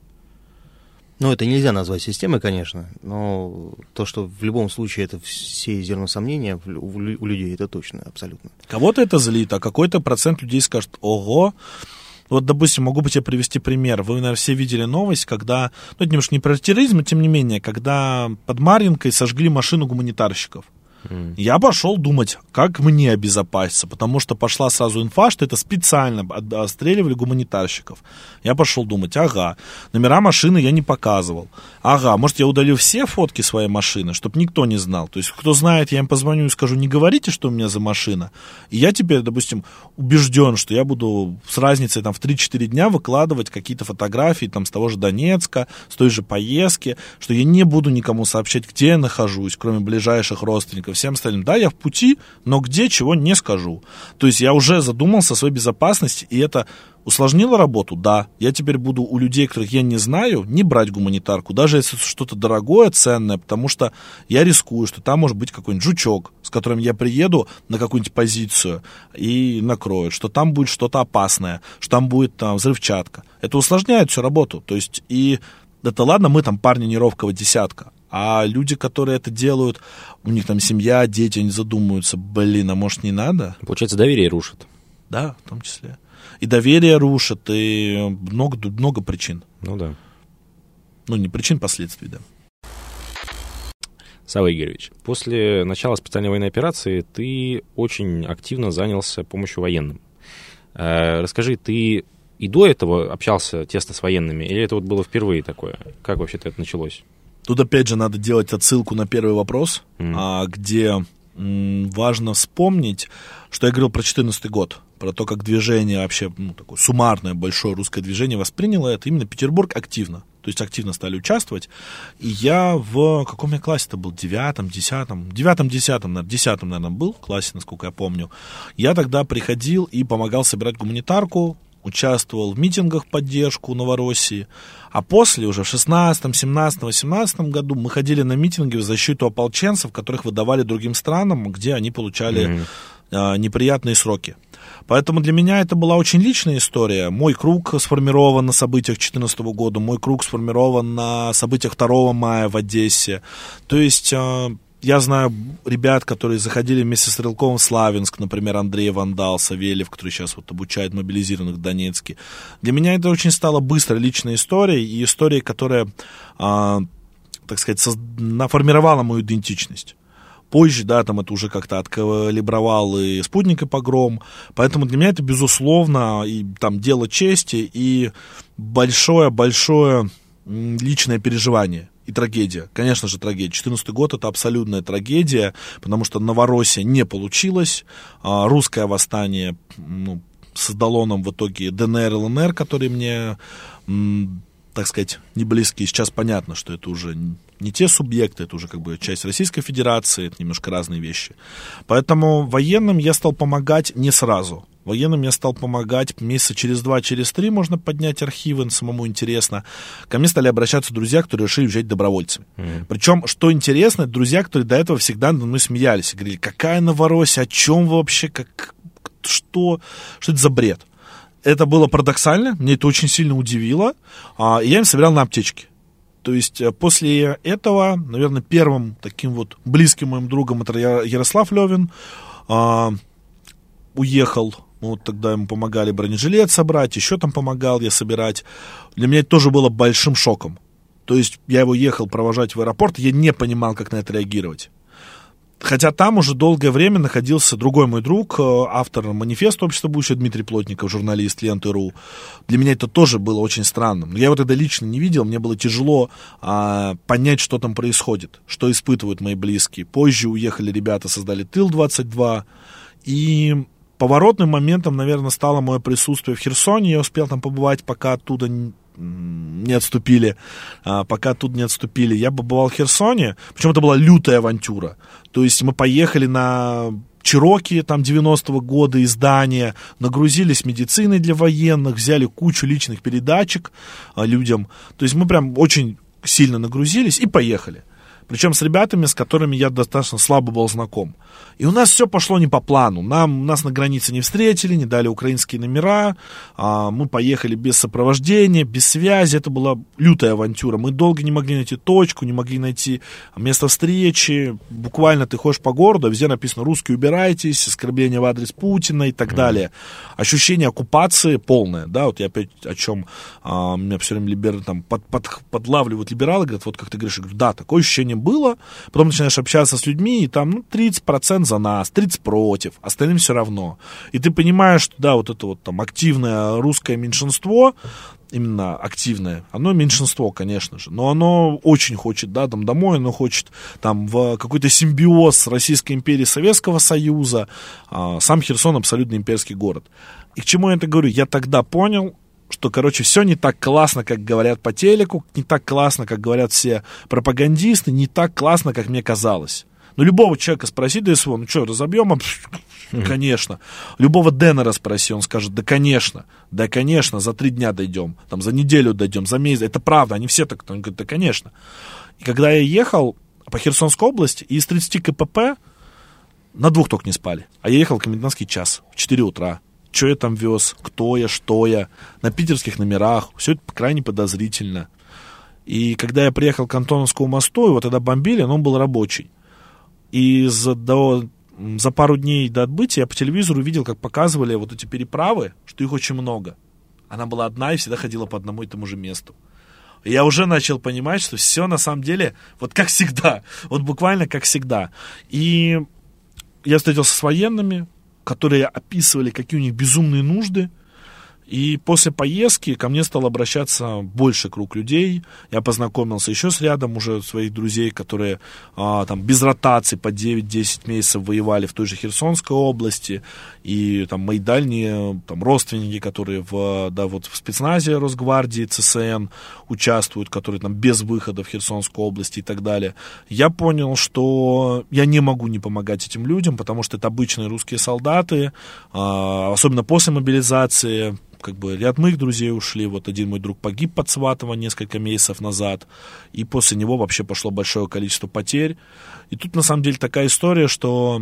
Speaker 2: Ну, это нельзя назвать системой, конечно, но то, что в любом случае это все зерно сомнения у людей, это точно, абсолютно.
Speaker 1: Кого-то это злит, а какой-то процент людей скажет: ого. Вот, допустим, могу бы тебе привести пример. Вы, наверное, все видели новость, когда, ну, это немножко не про терроризм, но тем не менее, когда под Марьинкой сожгли машину гуманитарщиков. Mm. Я пошел думать, как мне обезопаситься, потому что пошла сразу инфа, что это специально отстреливали гуманитарщиков. Я пошел думать: ага, номера машины я не показывал. Ага, может, я удалил все фотки своей машины, чтобы никто не знал. То есть, кто знает, я им позвоню и скажу: не говорите, что у меня за машина. И я теперь, допустим, убежден, что я буду с разницей там, в три-четыре дня выкладывать какие-то фотографии там, с того же Донецка, с той же поездки, что я не буду никому сообщать, где я нахожусь, кроме ближайших родственников, всем остальным. Да, я в пути, но где, чего не скажу. То есть я уже задумался о своей безопасности, и это усложнило работу? Да. Я теперь буду у людей, которых я не знаю, не брать гуманитарку, даже если что-то дорогое, ценное, потому что я рискую, что там может быть какой-нибудь жучок, с которым я приеду на какую-нибудь позицию и накроют, что там будет что-то опасное, что там будет там взрывчатка. Это усложняет всю работу. То есть, и это ладно, мы там парни не ровкого десятка, а люди, которые это делают, у них там семья, дети, они задумываются: блин, а может не надо?
Speaker 3: Получается, доверие рушит.
Speaker 1: Да, в том числе. И доверие рушит, и много, много причин.
Speaker 3: Ну да.
Speaker 1: Ну, не причин, последствий, да.
Speaker 3: Сава Игоревич, после начала специальной военной операции ты очень активно занялся помощью военным. Расскажи, ты и до этого общался тесно с военными, или это вот было впервые такое? Как вообще-то это началось?
Speaker 1: Тут опять же надо делать отсылку на первый вопрос, mm. а, где м, важно вспомнить, что я говорил про четырнадцатый год, про то, как движение вообще, ну, такое суммарное большое русское движение восприняло это. Именно Петербург активно, то есть активно стали участвовать. И я в каком я классе-то был? Девятом, десятом? Девятом, десятом, наверное, десятом, наверное, был классе, насколько я помню. Я тогда приходил и помогал собирать гуманитарку, участвовал в митингах в поддержку Новороссии, а после уже в шестнадцатом, семнадцатом, восемнадцатом году мы ходили на митинги в защиту ополченцев, которых выдавали другим странам, где они получали mm-hmm. а, неприятные сроки. Поэтому для меня это была очень личная история. Мой круг сформирован на событиях две тысячи четырнадцатого года, мой круг сформирован на событиях второго мая в Одессе. То есть а, я знаю ребят, которые заходили вместе с Стрелковым в Славянск, например, Андрей Вандал, Савельев, который сейчас вот обучает мобилизированных в Донецке. Для меня это очень стала быстрой личной историей, и историей, которая, а, так сказать, соз... наформировала мою идентичность. Позже, да, там это уже как-то откалибровал и «Спутник», и «Погром». Поэтому для меня это, безусловно, и, там, дело чести и большое-большое личное переживание. И трагедия, конечно же, трагедия. четырнадцатый год — это абсолютная трагедия, потому что Новороссия не получилась, а русское восстание, ну, создало нам в итоге ДНР, ЛНР, которые мне, м, так сказать, не близки. Сейчас понятно, что это уже не те субъекты, это уже как бы часть Российской Федерации, это немножко разные вещи. Поэтому военным я стал помогать не сразу. Военным я стал помогать месяца через два, через три, можно поднять архивы, самому интересно. Ко мне стали обращаться друзья, которые решили взять добровольцами. Mm-hmm. Причем, что интересно, друзья, которые до этого всегда над мной смеялись и говорили: какая Новороссия, о чем вы вообще, как, что, что это за бред? Это было парадоксально, мне это очень сильно удивило, а, и я им собирал на аптечки. То есть после этого, наверное, первым таким вот близким моим другом это Ярослав Левин, а, уехал. Мы вот тогда ему помогали бронежилет собрать, еще там помогал я собирать. Для меня это тоже было большим шоком. То есть я его ехал провожать в аэропорт, я не понимал, как на это реагировать. Хотя там уже долгое время находился другой мой друг, автор манифеста «Общество будущего» Дмитрий Плотников, журналист ленты точка ру. Для меня это тоже было очень странным. Я его тогда лично не видел, мне было тяжело а, понять, что там происходит, что испытывают мои близкие. Позже уехали ребята, создали Тыл двадцать два, и поворотным моментом, наверное, стало мое присутствие в Херсоне. Я успел там побывать, пока оттуда не отступили. А, пока оттуда не отступили. Я побывал в Херсоне. Причем это была лютая авантюра. То есть мы поехали на Чироки, там, девяностого года издания, нагрузились медициной для военных, взяли кучу личных передачек а, людям. То есть мы прям очень сильно нагрузились и поехали. Причем с ребятами, с которыми я достаточно слабо был знаком. И у нас все пошло не по плану. Нам, нас на границе не встретили, не дали украинские номера. А, мы поехали без сопровождения, без связи. Это была лютая авантюра. Мы долго не могли найти точку, не могли найти место встречи. Буквально ты ходишь по городу, везде написано «Русские, убирайтесь», оскорбление в адрес Путина и так mm-hmm. далее. Ощущение оккупации полное. Да, вот я опять о чем а, меня все время либер, там, под, под, подлавливают либералы, говорят, вот как ты говоришь, я говорю, да, такое ощущение было. Потом начинаешь общаться с людьми, и там ну, тридцать процентов за нас, тридцать процентов против, остальным все равно. И ты понимаешь, что да, вот это вот там активное русское меньшинство, именно активное, оно меньшинство, конечно же, но оно очень хочет, да, там домой, оно хочет там в какой-то симбиоз с Российской империей, Советского Союза. А, сам Херсон абсолютно имперский город. И к чему я это говорю? Я тогда понял, что, короче, все не так классно, как говорят по телеку, не так классно, как говорят все пропагандисты, не так классно, как мне казалось. Ну, любого человека спроси ДСВ, ну что, разобьем? Mm-hmm. Конечно. Любого Деннера спроси, он скажет, да, конечно, да, конечно, за три дня дойдем, там, за неделю дойдем, за месяц. Это правда, они все так, он говорит, да, конечно. И когда я ехал по Херсонской области, из тридцати КПП на двух только не спали. А я ехал в комендантский час, в четыре утра. Что я там вез, кто я, что я, на питерских номерах, все это крайне подозрительно. И когда я приехал к Антоновскому мосту, его тогда бомбили, но он был рабочий. И за, до, за пару дней до отбытия я по телевизору видел, как показывали вот эти переправы, что их очень много. Она была одна и всегда ходила по одному и тому же месту. И я уже начал понимать, что все на самом деле вот как всегда, вот буквально как всегда. И я встретился с военными, которые описывали, какие у них безумные нужды. И после поездки ко мне стал обращаться больше круг людей. Я познакомился еще с рядом уже своих друзей, которые а, там без ротации по девять-десять месяцев воевали в той же Херсонской области. И там мои дальние там, родственники, которые в, да, вот в спецназе Росгвардии, ЦСН участвуют, которые там без выхода в Херсонской области и так далее. Я понял, что я не могу не помогать этим людям, потому что это обычные русские солдаты, а, особенно после мобилизации. Как бы ряд моих друзей ушли, вот один мой друг погиб под Сватово несколько месяцев назад, и после него вообще пошло большое количество потерь. И тут на самом деле такая история, что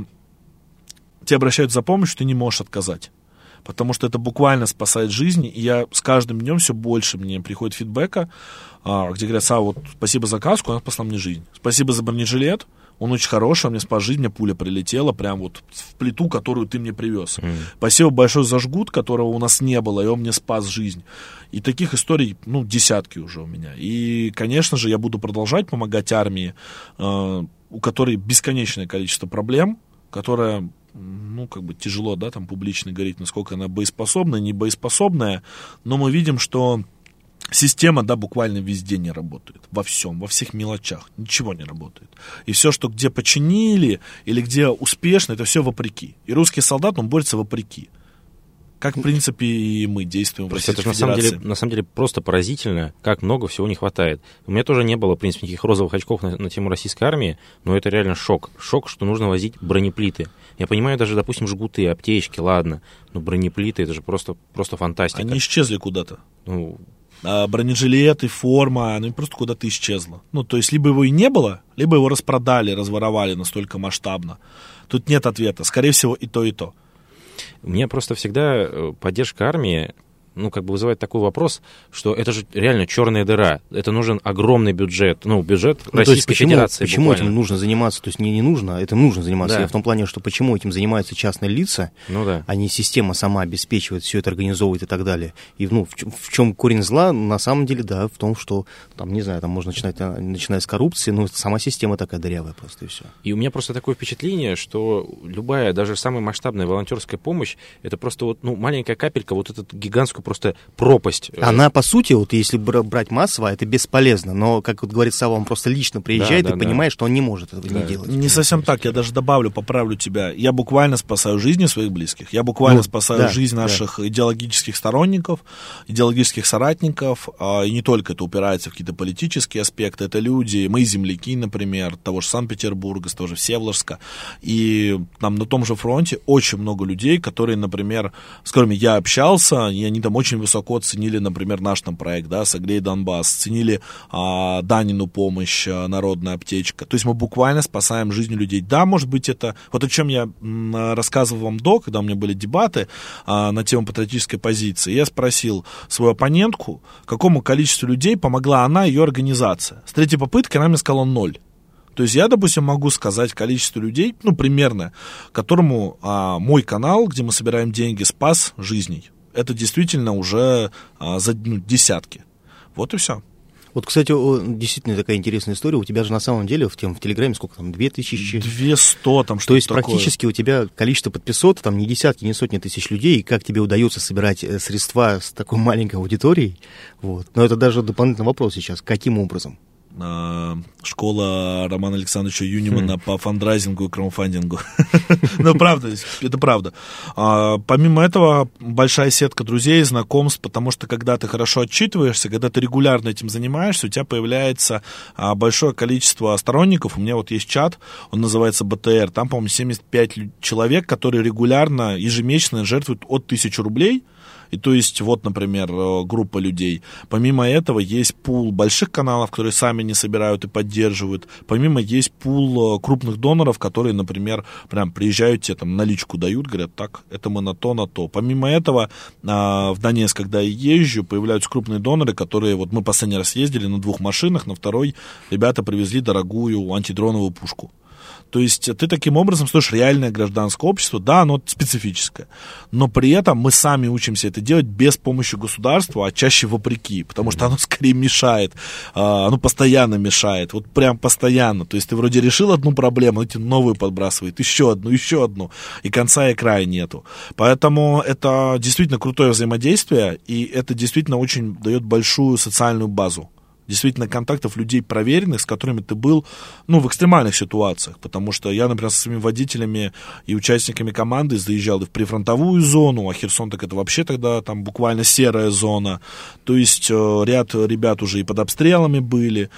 Speaker 1: тебе обращаются за помощью, ты не можешь отказать, потому что это буквально спасает жизни, и я с каждым днем все больше мне приходит фидбэка, где говорят: Сава, вот спасибо за каску, она спасла мне жизнь, спасибо за бронежилет, он очень хороший, он мне спас жизнь, мне пуля прилетела прям вот в плиту, которую ты мне привез. Mm. Спасибо большое за жгут, которого у нас не было, и он мне спас жизнь. И таких историй, ну, десятки уже у меня. И, конечно же, я буду продолжать помогать армии, э, у которой бесконечное количество проблем, которая, ну, как бы тяжело, да, там публично говорить, насколько она боеспособная, не боеспособная, но мы видим, что система, да, буквально везде не работает. Во всем, во всех мелочах. Ничего не работает. И все, что где починили или где успешно, это все вопреки. И русский солдат, он борется вопреки. Как, в принципе, и мы действуем в Российской
Speaker 3: это
Speaker 1: Федерации.
Speaker 3: На самом, деле, на самом деле просто поразительно, как много всего не хватает. У меня тоже не было, в принципе, никаких розовых очков на, на тему российской армии, но это реально шок. Шок, что нужно возить бронеплиты. Я понимаю, даже, допустим, жгуты, аптечки, ладно, но бронеплиты, это же просто, просто фантастика.
Speaker 1: Они исчезли куда-то.
Speaker 3: Ну...
Speaker 1: А бронежилеты, форма, она просто куда-то исчезла. Ну, то есть, либо его и не было, либо его распродали, разворовали настолько масштабно. Тут нет ответа. Скорее всего, и то, и то.
Speaker 3: У меня просто всегда поддержка армии, ну, как бы вызывает такой вопрос, что это же реально черная дыра. Это нужен огромный бюджет. Ну, бюджет ну, Российской
Speaker 2: почему,
Speaker 3: Федерации.
Speaker 2: Почему
Speaker 3: буквально.
Speaker 2: этим нужно заниматься? То есть не, не нужно, это нужно заниматься.
Speaker 3: Да.
Speaker 2: Я в том плане, что почему этим занимаются частные лица,
Speaker 3: ну, да.
Speaker 2: а не система сама обеспечивает, все это организовывает и так далее. И ну, в, чем, в чем корень зла, на самом деле, да, в том, что, там, не знаю, там можно начинать, начиная с коррупции, но сама система такая дырявая просто, и все.
Speaker 3: И у меня просто такое впечатление, что любая, даже самая масштабная волонтерская помощь, это просто вот, ну, маленькая капелька, вот эту гигантскую просто пропасть.
Speaker 2: Она, по сути, вот если брать массово, это бесполезно, но, как вот говорит Сава, он просто лично приезжает
Speaker 3: да,
Speaker 2: и
Speaker 3: да,
Speaker 2: понимает,
Speaker 3: да.
Speaker 2: что он не может этого
Speaker 3: да.
Speaker 2: не делать.
Speaker 1: Не совсем так, я даже добавлю, поправлю тебя. Я буквально спасаю жизни своих близких, я буквально ну, спасаю да, жизнь наших да. идеологических сторонников, идеологических соратников, и не только это упирается в какие-то политические аспекты, это люди, мои земляки, например, того же Санкт-Петербурга, того же Всеволожска, и там на том же фронте очень много людей, которые, например, с которыми я общался, и они там очень высоко ценили, например, наш там проект, да, «Согрей Донбасс», ценили а, Данину помощь, а, народная аптечка. То есть мы буквально спасаем жизнь людей. Да, может быть, это... Вот о чем я м, рассказывал вам до, когда у меня были дебаты а, на тему патриотической позиции. Я спросил свою оппонентку, какому количеству людей помогла она и ее организация. С третьей попытки она мне сказала ноль. То есть я, допустим, могу сказать количество людей, ну, примерно, которому а, мой канал, где мы собираем деньги, спас жизней. Это действительно уже а, за ну, десятки. Вот и все.
Speaker 2: Вот, кстати, действительно такая интересная история. У тебя же на самом деле в, тем, в Телеграме сколько там, две тысячи?
Speaker 1: две сто там что-то.
Speaker 2: То есть
Speaker 1: такое.
Speaker 2: Практически у тебя количество подписок, там не десятки, не сотни тысяч людей. И как тебе удается собирать средства с такой маленькой аудиторией? Вот. Но это даже дополнительный вопрос сейчас. Каким образом?
Speaker 1: Школа Романа Александровича Юнимана по фандрайзингу и краудфандингу. Ну, правда, это правда. Помимо этого, большая сетка друзей, знакомств, потому что, когда ты хорошо отчитываешься, когда ты регулярно этим занимаешься, у тебя появляется большое количество сторонников. У меня вот есть чат, он называется бэ тэ эр, там, по-моему, семьдесят пять человек, которые регулярно, ежемесячно жертвуют от тысячи рублей. И то есть, вот, например, группа людей. Помимо этого есть пул больших каналов, которые сами не собирают и поддерживают. Помимо есть пул крупных доноров, которые, например, прям приезжают, тебе там наличку дают, говорят, так, это мы на то, на то. Помимо этого, в Донецк, когда я езжу, появляются крупные доноры, которые, вот мы последний раз ездили на двух машинах, на второй ребята привезли дорогую антидроновую пушку. То есть ты таким образом строишь реальное гражданское общество, да, оно специфическое, но при этом мы сами учимся это делать без помощи государства, а чаще вопреки, потому что оно скорее мешает, оно постоянно мешает, вот прям постоянно. То есть ты вроде решил одну проблему, эти новую подбрасывает, еще одну, еще одну, и конца и края нету. Поэтому это действительно крутое взаимодействие, и это действительно очень дает большую социальную базу. Действительно, контактов людей проверенных, с которыми ты был, ну, в экстремальных ситуациях. Потому что я, например, со своими водителями и участниками команды заезжал и в прифронтовую зону, а Херсон так это вообще тогда там буквально серая зона. То есть э, ряд ребят уже и под обстрелами были,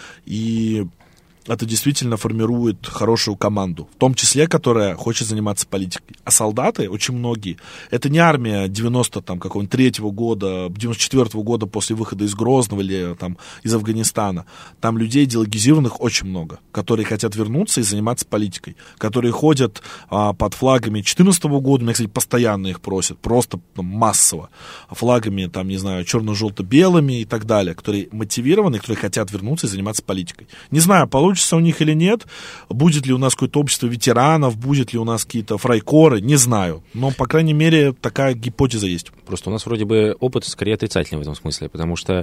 Speaker 1: и это действительно формирует хорошую команду, в том числе, которая хочет заниматься политикой. А солдаты, очень многие, это не армия девяносто третьего года, девяносто четвёртого года после выхода из Грозного или там, из Афганистана. Там людей идеологизированных очень много, которые хотят вернуться и заниматься политикой, которые ходят а, под флагами две тысячи четырнадцатого года, меня, кстати, постоянно их просят, просто там, массово, флагами, там, не знаю, черно-желто-белыми и так далее, которые мотивированы, которые хотят вернуться и заниматься политикой. Не знаю, получится у них или нет, будет ли у нас какое-то общество ветеранов, будет ли у нас какие-то фрайкоры, не знаю. Но, по крайней мере, такая гипотеза есть.
Speaker 3: Просто у нас вроде бы опыт скорее отрицательный в этом смысле, потому что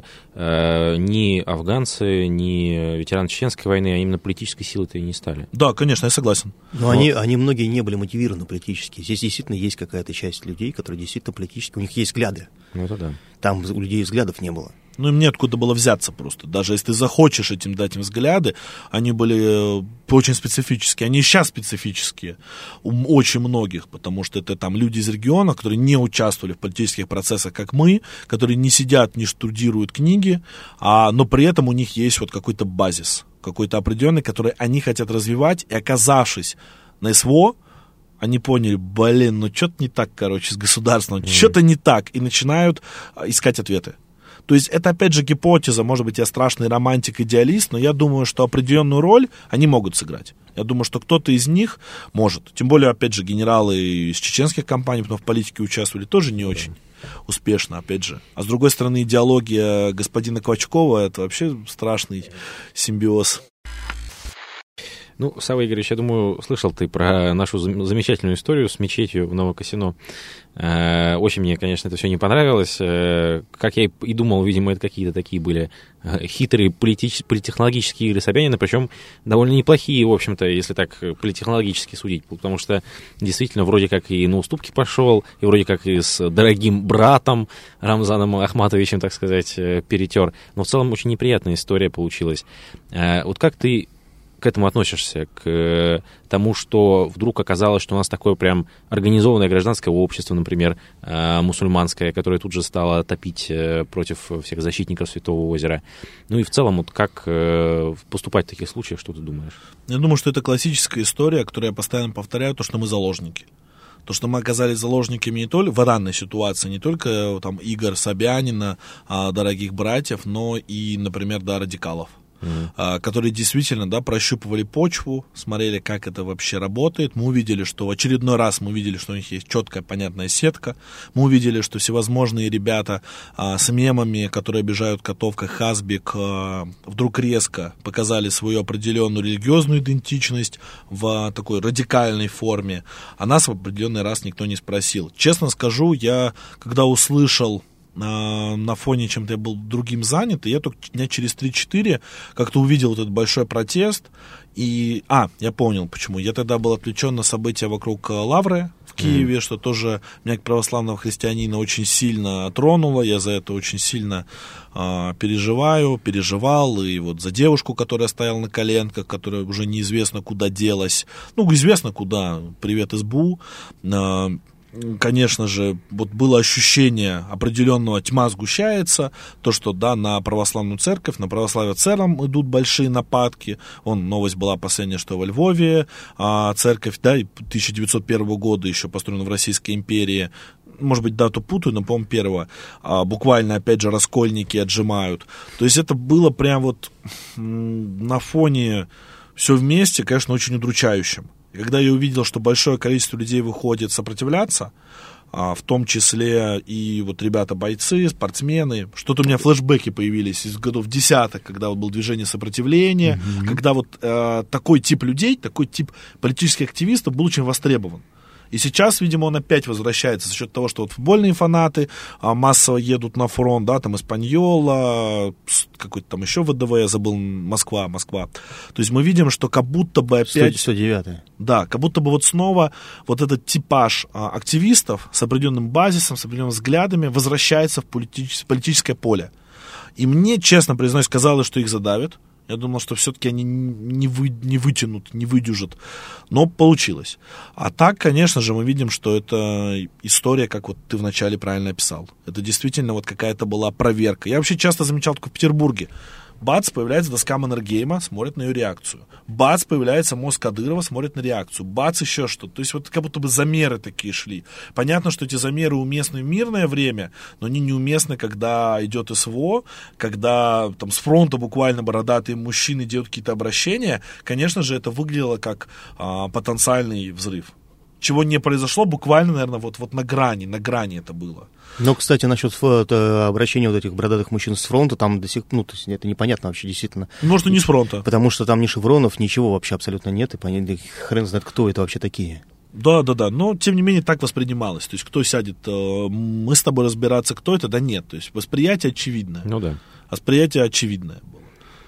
Speaker 3: э, ни афганцы, ни ветераны Чеченской войны, а именно политической силой-то и не стали.
Speaker 1: Да, конечно, я согласен.
Speaker 2: Но, Но... Они, они многие не были мотивированы политически. Здесь действительно есть какая-то часть людей, которые действительно политически, у них есть взгляды.
Speaker 3: Ну, это да.
Speaker 2: Там у людей взглядов не было.
Speaker 1: Ну, им неоткуда было взяться просто. Даже если ты захочешь этим дать им взгляды, они были очень специфические. Они и сейчас специфические у очень многих, потому что это там люди из региона, которые не участвовали в политических процессах, как мы, которые не сидят, не штудируют книги, а, но при этом у них есть вот какой-то базис, какой-то определенный, который они хотят развивать, и оказавшись на СВО, они поняли, блин, ну что-то не так, короче, с государством, mm-hmm. что-то не так, и начинают искать ответы. То есть это, опять же, гипотеза, может быть, я страшный романтик, идеалист, но я думаю, что определенную роль они могут сыграть. Я думаю, что кто-то из них может. Тем более, опять же, генералы из чеченских компаний, потом в политике участвовали, тоже не очень да. успешно, опять же. А с другой стороны, идеология господина Квачкова — это вообще страшный симбиоз.
Speaker 3: Ну, Савва Игоревич, я думаю, слышал ты про нашу замечательную историю с мечетью в Новокосино. Очень мне, конечно, это все не понравилось. Как я и думал, видимо, это какие-то такие были хитрые политич... политтехнологические игры Собянина, причем довольно неплохие, в общем-то, если так политтехнологически судить, потому что действительно вроде как и на уступки пошел, и вроде как и с дорогим братом Рамзаном Ахматовичем, так сказать, перетер. Но в целом очень неприятная история получилась. Вот как ты к этому относишься, к тому, что вдруг оказалось, что у нас такое прям организованное гражданское общество, например, мусульманское, которое тут же стало топить против всех защитников Святого озера. Ну и в целом, вот как поступать в таких случаях, что ты думаешь?
Speaker 1: Я думаю, что это классическая история, которую я постоянно повторяю, то, что мы заложники. То, что мы оказались заложниками не только в данной ситуации, не только там игр Собянина, дорогих братьев, но и, например, да, радикалов. Mm-hmm. которые действительно, да, прощупывали почву, смотрели, как это вообще работает. Мы увидели, что в очередной раз мы увидели, что у них есть четкая, понятная сетка. Мы увидели, что всевозможные ребята а, с мемами, которые обижают котов, как Хасбик, а, вдруг резко показали свою определенную религиозную идентичность в а, такой радикальной форме. А нас в определенный раз никто не спросил. Честно скажу, я, когда услышал на фоне чем-то я был другим занят, и я только дня через три-четыре как-то увидел вот этот большой протест, и... А, я понял, почему. Я тогда был отвлечен на события вокруг Лавры в Киеве, mm. что тоже меня, как православного христианина, очень сильно тронуло, я за это очень сильно а, переживаю, переживал, и вот за девушку, которая стояла на коленках, которая уже неизвестно куда делась, ну, известно куда, привет СБУ, а, конечно же, вот было ощущение определенного, тьма сгущается, то, что, да, на православную церковь, на православие в целом идут большие нападки. Вон, новость была последняя, что во Львове а, церковь, да, тысяча девятьсот первого года еще построена в Российской империи, может быть, дату путаю, но, по-моему, первого, а, буквально, опять же, раскольники отжимают. То есть это было прям вот м- на фоне все вместе, конечно, очень удручающим. И когда я увидел, что большое количество людей выходит сопротивляться, а, в том числе и вот ребята-бойцы, спортсмены. Что-то у меня флешбеки появились из годов десятых, когда вот было движение сопротивления, mm-hmm. когда вот а, такой тип людей, такой тип политических активистов был очень востребован. И сейчас, видимо, он опять возвращается за счет того, что вот футбольные фанаты а, массово едут на фронт, да, там Испаньола, какой-то там еще ВДВ, я забыл, Москва, Москва. То есть мы видим, что как будто бы опять...
Speaker 2: сто девятый.
Speaker 1: Да, как будто бы вот снова вот этот типаж а, активистов с определенным базисом, с определенными взглядами возвращается в политич... политическое поле. И мне, честно признаюсь, казалось, что их задавят. Я думал, что все-таки они не, вы, не вытянут, не выдержат. Но получилось. А так, конечно же, мы видим, что это история, как вот ты вначале правильно описал. Это действительно вот какая-то была проверка. Я вообще часто замечал только в Петербурге. Бац, появляется доска Маннергейма, смотрит на ее реакцию. Бац, появляется мозг Кадырова, смотрит на реакцию. Бац, еще что-то. То есть вот как будто бы замеры такие шли. Понятно, что эти замеры уместны в мирное время, но они неуместны, когда идет СВО, когда там с фронта буквально бородатые мужчины делают какие-то обращения. Конечно же, это выглядело как а, потенциальный взрыв. Чего не произошло, буквально, наверное, вот, вот на грани, на грани это было.
Speaker 2: Но, кстати, насчет это, обращения вот этих бородатых мужчин с фронта, там до сих пор, ну, то есть это непонятно вообще, действительно.
Speaker 1: Может, и не с фронта.
Speaker 2: Потому что там ни шевронов, ничего вообще абсолютно нет, и понятно, хрен знает, кто это вообще такие.
Speaker 1: Да, да, да, но, тем не менее, так воспринималось. То есть, кто сядет, мы с тобой разбираться, кто это, да нет. То есть, восприятие очевидное.
Speaker 3: Ну да.
Speaker 1: Восприятие очевидное было.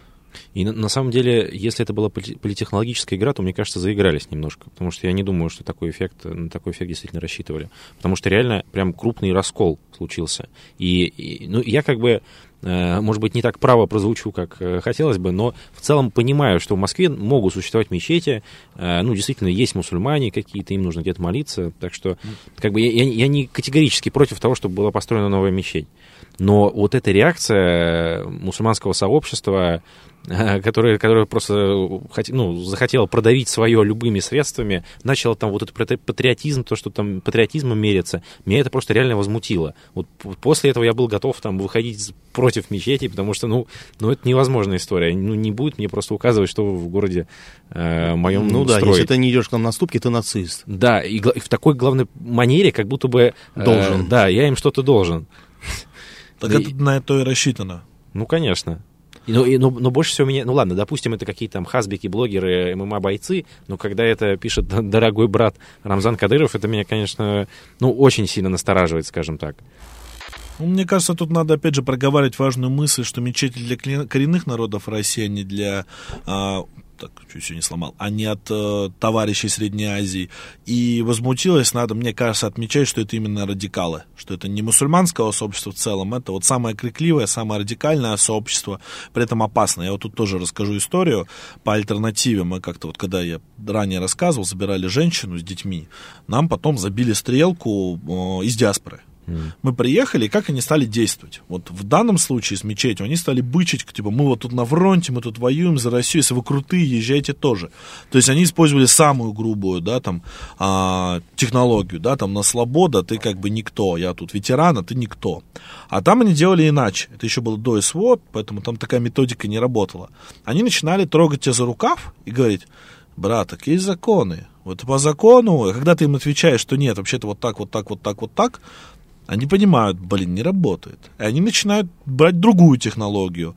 Speaker 3: И на, на самом деле, если это была политтехнологическая игра, то, мне кажется, заигрались немножко, потому что я не думаю, что такой эффект, на такой эффект действительно рассчитывали. Потому что реально прям крупный раскол случился. И, и ну, я как бы, э, может быть, не так право прозвучу, как э, хотелось бы, но в целом понимаю, что в Москве могут существовать мечети, э, ну, действительно, есть мусульмане какие-то, им нужно где-то молиться, так что как бы я, я, я не категорически против того, чтобы была построена новая мечеть. Но вот эта реакция мусульманского сообщества, которое, которое просто ну, захотело продавить свое любыми средствами, начало там вот этот патриотизм, то, что там патриотизмом мерится, меня это просто реально возмутило. Вот после этого я был готов там выходить против мечети, потому что, ну, ну это невозможная история. Ну, не будет мне просто указывать, что в городе э, моем
Speaker 2: ну, да,
Speaker 3: строят.
Speaker 2: Если ты не идешь к нам на ступки, ты нацист.
Speaker 3: Да, и, и в такой главной манере, как будто бы... Э,
Speaker 2: должен.
Speaker 3: Да, я им что-то должен.
Speaker 1: Так это на это и рассчитано.
Speaker 3: Ну, конечно. Но, но, но больше всего меня... Ну, ладно, допустим, это какие-то там хазбики, блогеры, ММА-бойцы, но когда это пишет дорогой брат Рамзан Кадыров, это меня, конечно, ну, очень сильно настораживает, скажем так.
Speaker 1: Ну, мне кажется, тут надо, опять же, проговаривать важную мысль, что мечети для коренных народов России, а не для... А, так, чуть все не сломал, а не от э, товарищей Средней Азии. И возмутилось, надо, мне кажется, отмечать, что это именно радикалы, что это не мусульманское сообщество в целом, это вот самое крикливое, самое радикальное сообщество, при этом опасное. Я вот тут тоже расскажу историю по альтернативе. Мы как-то вот, когда я ранее рассказывал, забирали женщину с детьми, нам потом забили стрелку э, из диаспоры. Мы приехали, и как они стали действовать. Вот в данном случае с мечетью они стали бычить, типа, мы вот тут на фронте, мы тут воюем за Россию, если вы крутые, езжайте тоже. То есть они использовали самую грубую, да, там, а, технологию, да, там, на свобода ты как бы никто, я тут ветеран, а ты никто. А там они делали иначе. Это еще было до СВО, поэтому там такая методика не работала. Они начинали трогать тебя за рукав и говорить: брат, так есть законы. Вот по закону, когда ты им отвечаешь, что нет, вообще-то вот так, вот так, вот так, вот так, они понимают, блин, не работает. И они начинают брать другую технологию.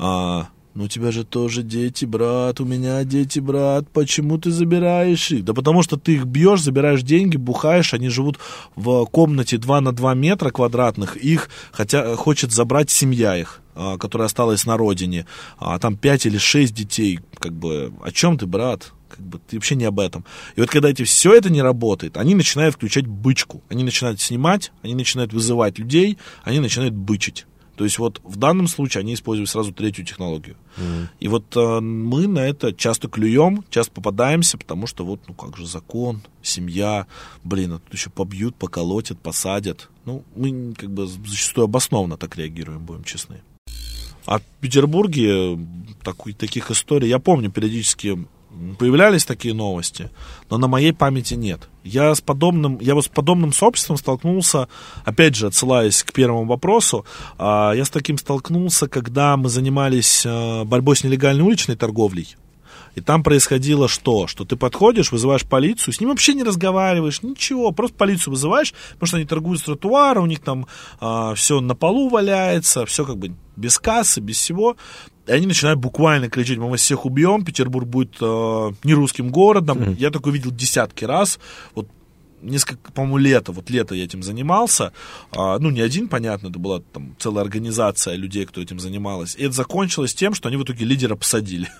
Speaker 1: А, ну, у тебя же тоже дети, брат, у меня дети, брат, почему ты забираешь их? Да потому что ты их бьешь, забираешь деньги, бухаешь, они живут в комнате два на два метра квадратных, их хотя, хочет забрать семья их, а, которая осталась на родине. А там пять или шесть детей, как бы, о чем ты, брат? Как бы ты вообще не об этом. И вот когда эти, все это не работает, они начинают включать бычку. Они начинают снимать, они начинают вызывать людей, они начинают бычить. То есть вот в данном случае они используют сразу третью технологию. Mm-hmm. И вот э, мы на это часто клюем, часто попадаемся, потому что вот, ну как же, закон, семья, блин, а тут еще побьют, поколотят, посадят. Ну, мы как бы зачастую обоснованно так реагируем, будем честны. А в Петербурге такой, таких историй, я помню, периодически появлялись такие новости, но на моей памяти нет. Я с подобным, я вот с подобным сообществом столкнулся, опять же, отсылаясь к первому вопросу, я с таким столкнулся, когда мы занимались борьбой с нелегальной уличной торговлей. И там происходило что? Что ты подходишь, вызываешь полицию, с ним вообще не разговариваешь, ничего, просто полицию вызываешь, потому что они торгуют с тротуара, у них там а, все на полу валяется, все как бы без кассы, без всего. И они начинают буквально кричать: мы вас всех убьем, Петербург будет э, не русским городом. Mm-hmm. Я такое видел десятки раз. Вот несколько, по-моему, лето, вот лето я этим занимался. А, ну, не один, понятно, это была там целая организация людей, кто этим занималась. И это закончилось тем, что они в итоге лидера посадили.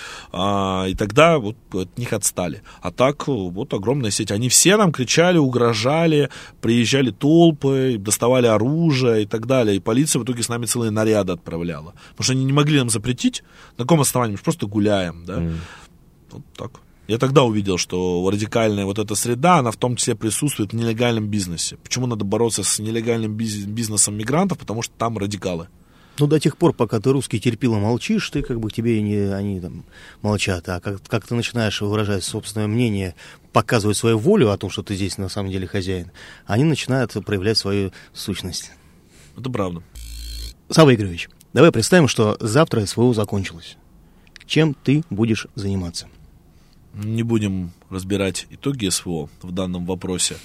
Speaker 1: А, и тогда вот от них отстали. А так вот огромная сеть. Они все нам кричали, угрожали, приезжали толпы, доставали оружие и так далее. И полиция в итоге с нами целые наряды отправляла. Потому что они не могли нам запретить. На каком основании? Мы же просто гуляем. Да? Mm. Вот так. Я тогда увидел, что радикальная вот эта среда, она в том числе присутствует в нелегальном бизнесе. Почему надо бороться с нелегальным бизнесом мигрантов? Потому что там радикалы.
Speaker 2: Ну, до тех пор, пока ты русский терпило молчишь, ты как бы к тебе не, они там молчат. А как, как ты начинаешь выражать собственное мнение, показывать свою волю о том, что ты здесь на самом деле хозяин, они начинают проявлять свою сущность.
Speaker 1: Это правда.
Speaker 2: Савва Игоревич, давай представим, что завтра СВО закончилось. Чем ты будешь заниматься?
Speaker 1: Не будем разбирать итоги СВО в данном вопросе.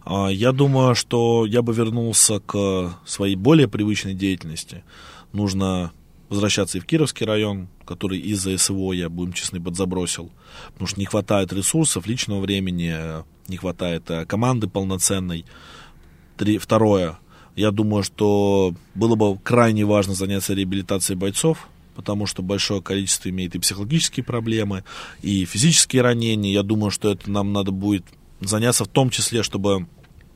Speaker 1: Я думаю, что я бы вернулся к своей более привычной деятельности. Нужно возвращаться и в Кировский район, который из-за СВО, я, будем честны, подзабросил. Потому что не хватает ресурсов, личного времени, не хватает команды полноценной. Три, второе. Я думаю, что было бы крайне важно заняться реабилитацией бойцов, потому что большое количество имеет и психологические проблемы, и физические ранения. Я думаю, что это нам надо будет заняться в том числе, чтобы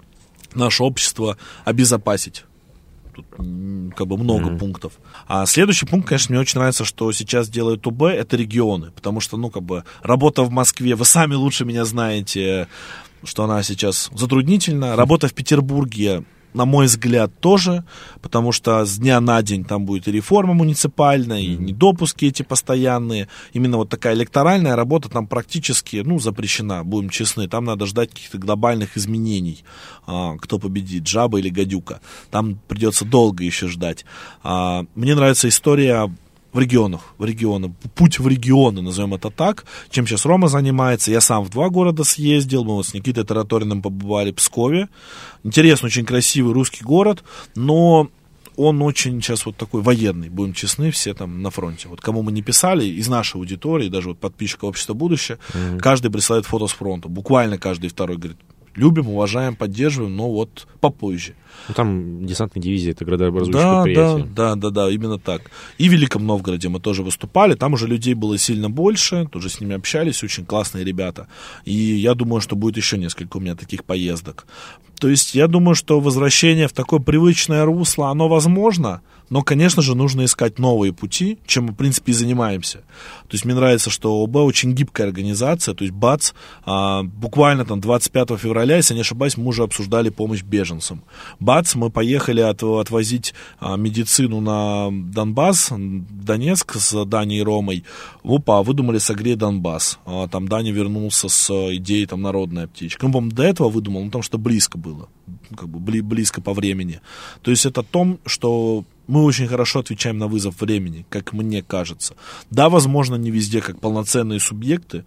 Speaker 1: наше общество обезопасить. Тут как бы много mm-hmm. пунктов. А следующий пункт, конечно, мне очень нравится, что сейчас делают УБ, это регионы, потому что, ну, как бы, работа в Москве, вы сами лучше меня знаете, что она сейчас затруднительна. Работа в Петербурге, на мой взгляд, тоже, потому что с дня на день там будет и реформа муниципальная, и недопуски эти постоянные. Именно вот такая электоральная работа там практически, ну, запрещена, будем честны. Там надо ждать каких-то глобальных изменений, а, кто победит, жаба или гадюка. Там придется долго еще ждать. А, мне нравится история в регионах, в регионы, путь в регионы, назовем это так, чем сейчас Рома занимается. Я сам в два города съездил, мы вот с Никитой Тараториным побывали в Пскове. Интересный, очень красивый русский город, но он очень сейчас вот такой военный, будем честны, все там на фронте. Вот кому мы не писали, из нашей аудитории, даже вот подписчика Общества Будущее, mm-hmm. каждый присылает фото с фронта, буквально каждый второй говорит: любим, уважаем, поддерживаем, но вот попозже.
Speaker 3: Ну, там десантные дивизии, это градообразующие
Speaker 1: да,
Speaker 3: предприятия.
Speaker 1: Да, да, да, да, именно так. И в Великом Новгороде мы тоже выступали, там уже людей было сильно больше, тоже с ними общались, очень классные ребята. И я думаю, что будет еще несколько у меня таких поездок. То есть я думаю, что возвращение в такое привычное русло, оно возможно, но, конечно же, нужно искать новые пути, чем мы, в принципе, и занимаемся. То есть мне нравится, что ОБ очень гибкая организация, то есть БАЦ, а, буквально там двадцать пятого февраля, если не ошибаюсь, мы уже обсуждали помощь беженцам. БАЦ, мы поехали от, отвозить а, медицину на Донбасс, Донецк с Даней и Ромой. Опа, выдумали «Согрей Донбасс». А, там Даня вернулся с идеей там «Народная птичка». Ну, по-моему, до этого выдумал, ну, потому что близко было, как бы близко по времени. То есть это о том, что мы очень хорошо отвечаем на вызов времени, как мне кажется. Да, возможно, не везде как полноценные субъекты,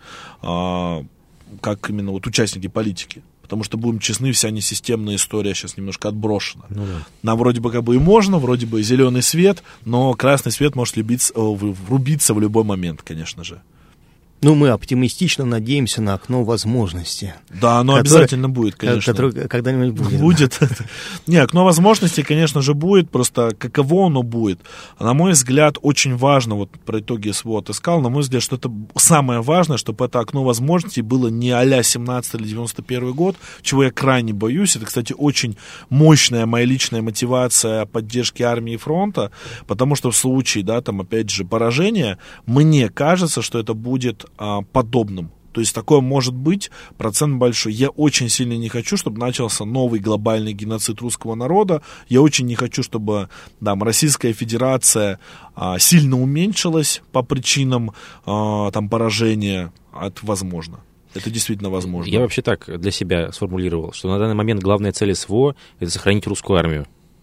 Speaker 1: а, как именно вот участники политики. Потому что, будем честны, вся несистемная история сейчас немножко отброшена. Ну, да. Нам вроде бы как бы и можно, вроде бы и зеленый свет, но красный свет может любиться, врубиться в любой момент, конечно же.
Speaker 2: Ну, мы оптимистично надеемся на окно возможностей.
Speaker 1: Да, оно которое, обязательно будет, конечно.
Speaker 2: Которое когда-нибудь будет.
Speaker 1: Будет. Не, окно возможностей, конечно же, будет, просто каково оно будет. На мой взгляд, очень важно, вот про итоги СВО отыскал, на мой взгляд, что это самое важное, чтобы это окно возможностей было не а-ля семнадцатый или девяносто первый год, чего я крайне боюсь. Это, кстати, очень мощная моя личная мотивация поддержки армии и фронта, потому что в случае, да, там, опять же, поражения, мне кажется, что это будет подобным. То есть такое может быть, процент большой. Я очень сильно не хочу, чтобы начался новый глобальный геноцид русского народа. Я очень не хочу, чтобы там, Российская Федерация а, сильно уменьшилась по причинам а, там, поражения. Это возможно. Это действительно возможно.
Speaker 3: Я вообще так для себя сформулировал, что на данный момент главная цель СВО — это сохранить русскую армию.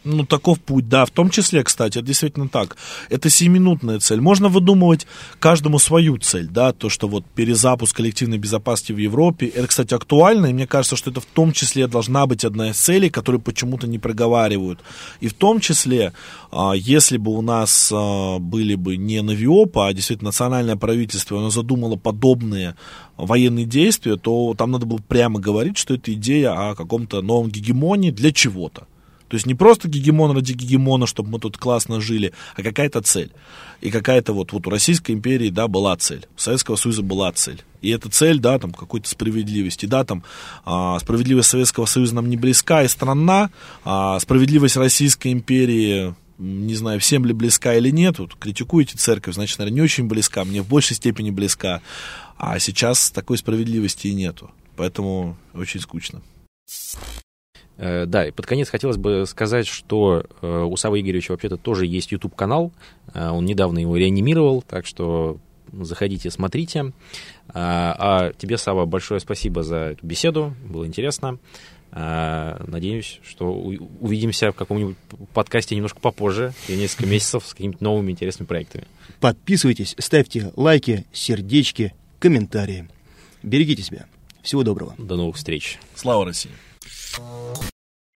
Speaker 1: Ну, таков путь, да, в том числе, кстати, это действительно так. Это сиюминутная цель. Можно выдумывать каждому свою цель, да, то, что вот перезапуск коллективной безопасности в Европе, это, кстати, актуально, и мне кажется, что это в том числе должна быть одна из целей, которые почему-то не проговаривают. И в том числе, если бы у нас были бы не Навиопа, а действительно национальное правительство, оно задумало подобные военные действия, то там надо было прямо говорить, что это идея о каком-то новом гегемонии для чего-то. То есть не просто гегемон ради гегемона, чтобы мы тут классно жили, а какая-то цель. И какая-то вот, вот у Российской империи, да, была цель, у Советского Союза была цель. И эта цель, да, там, какой-то справедливости, да, там, а, справедливость Советского Союза нам не близка и странна, а справедливость Российской империи, не знаю, всем ли близка или нет, вот критикуете церковь, значит, наверное, не очень близка, мне в большей степени близка, а сейчас такой справедливости и нету, поэтому очень скучно.
Speaker 3: Да, и под конец хотелось бы сказать, что у Савы Игоревича вообще-то тоже есть YouTube-канал, он недавно его реанимировал, так что заходите, смотрите. А тебе, Сава, большое спасибо за эту беседу, было интересно. Надеюсь, что увидимся в каком-нибудь подкасте немножко попозже, через несколько месяцев, с какими-то новыми интересными проектами.
Speaker 2: Подписывайтесь, ставьте лайки, сердечки, комментарии. Берегите себя. Всего доброго.
Speaker 3: До новых встреч.
Speaker 1: Слава России.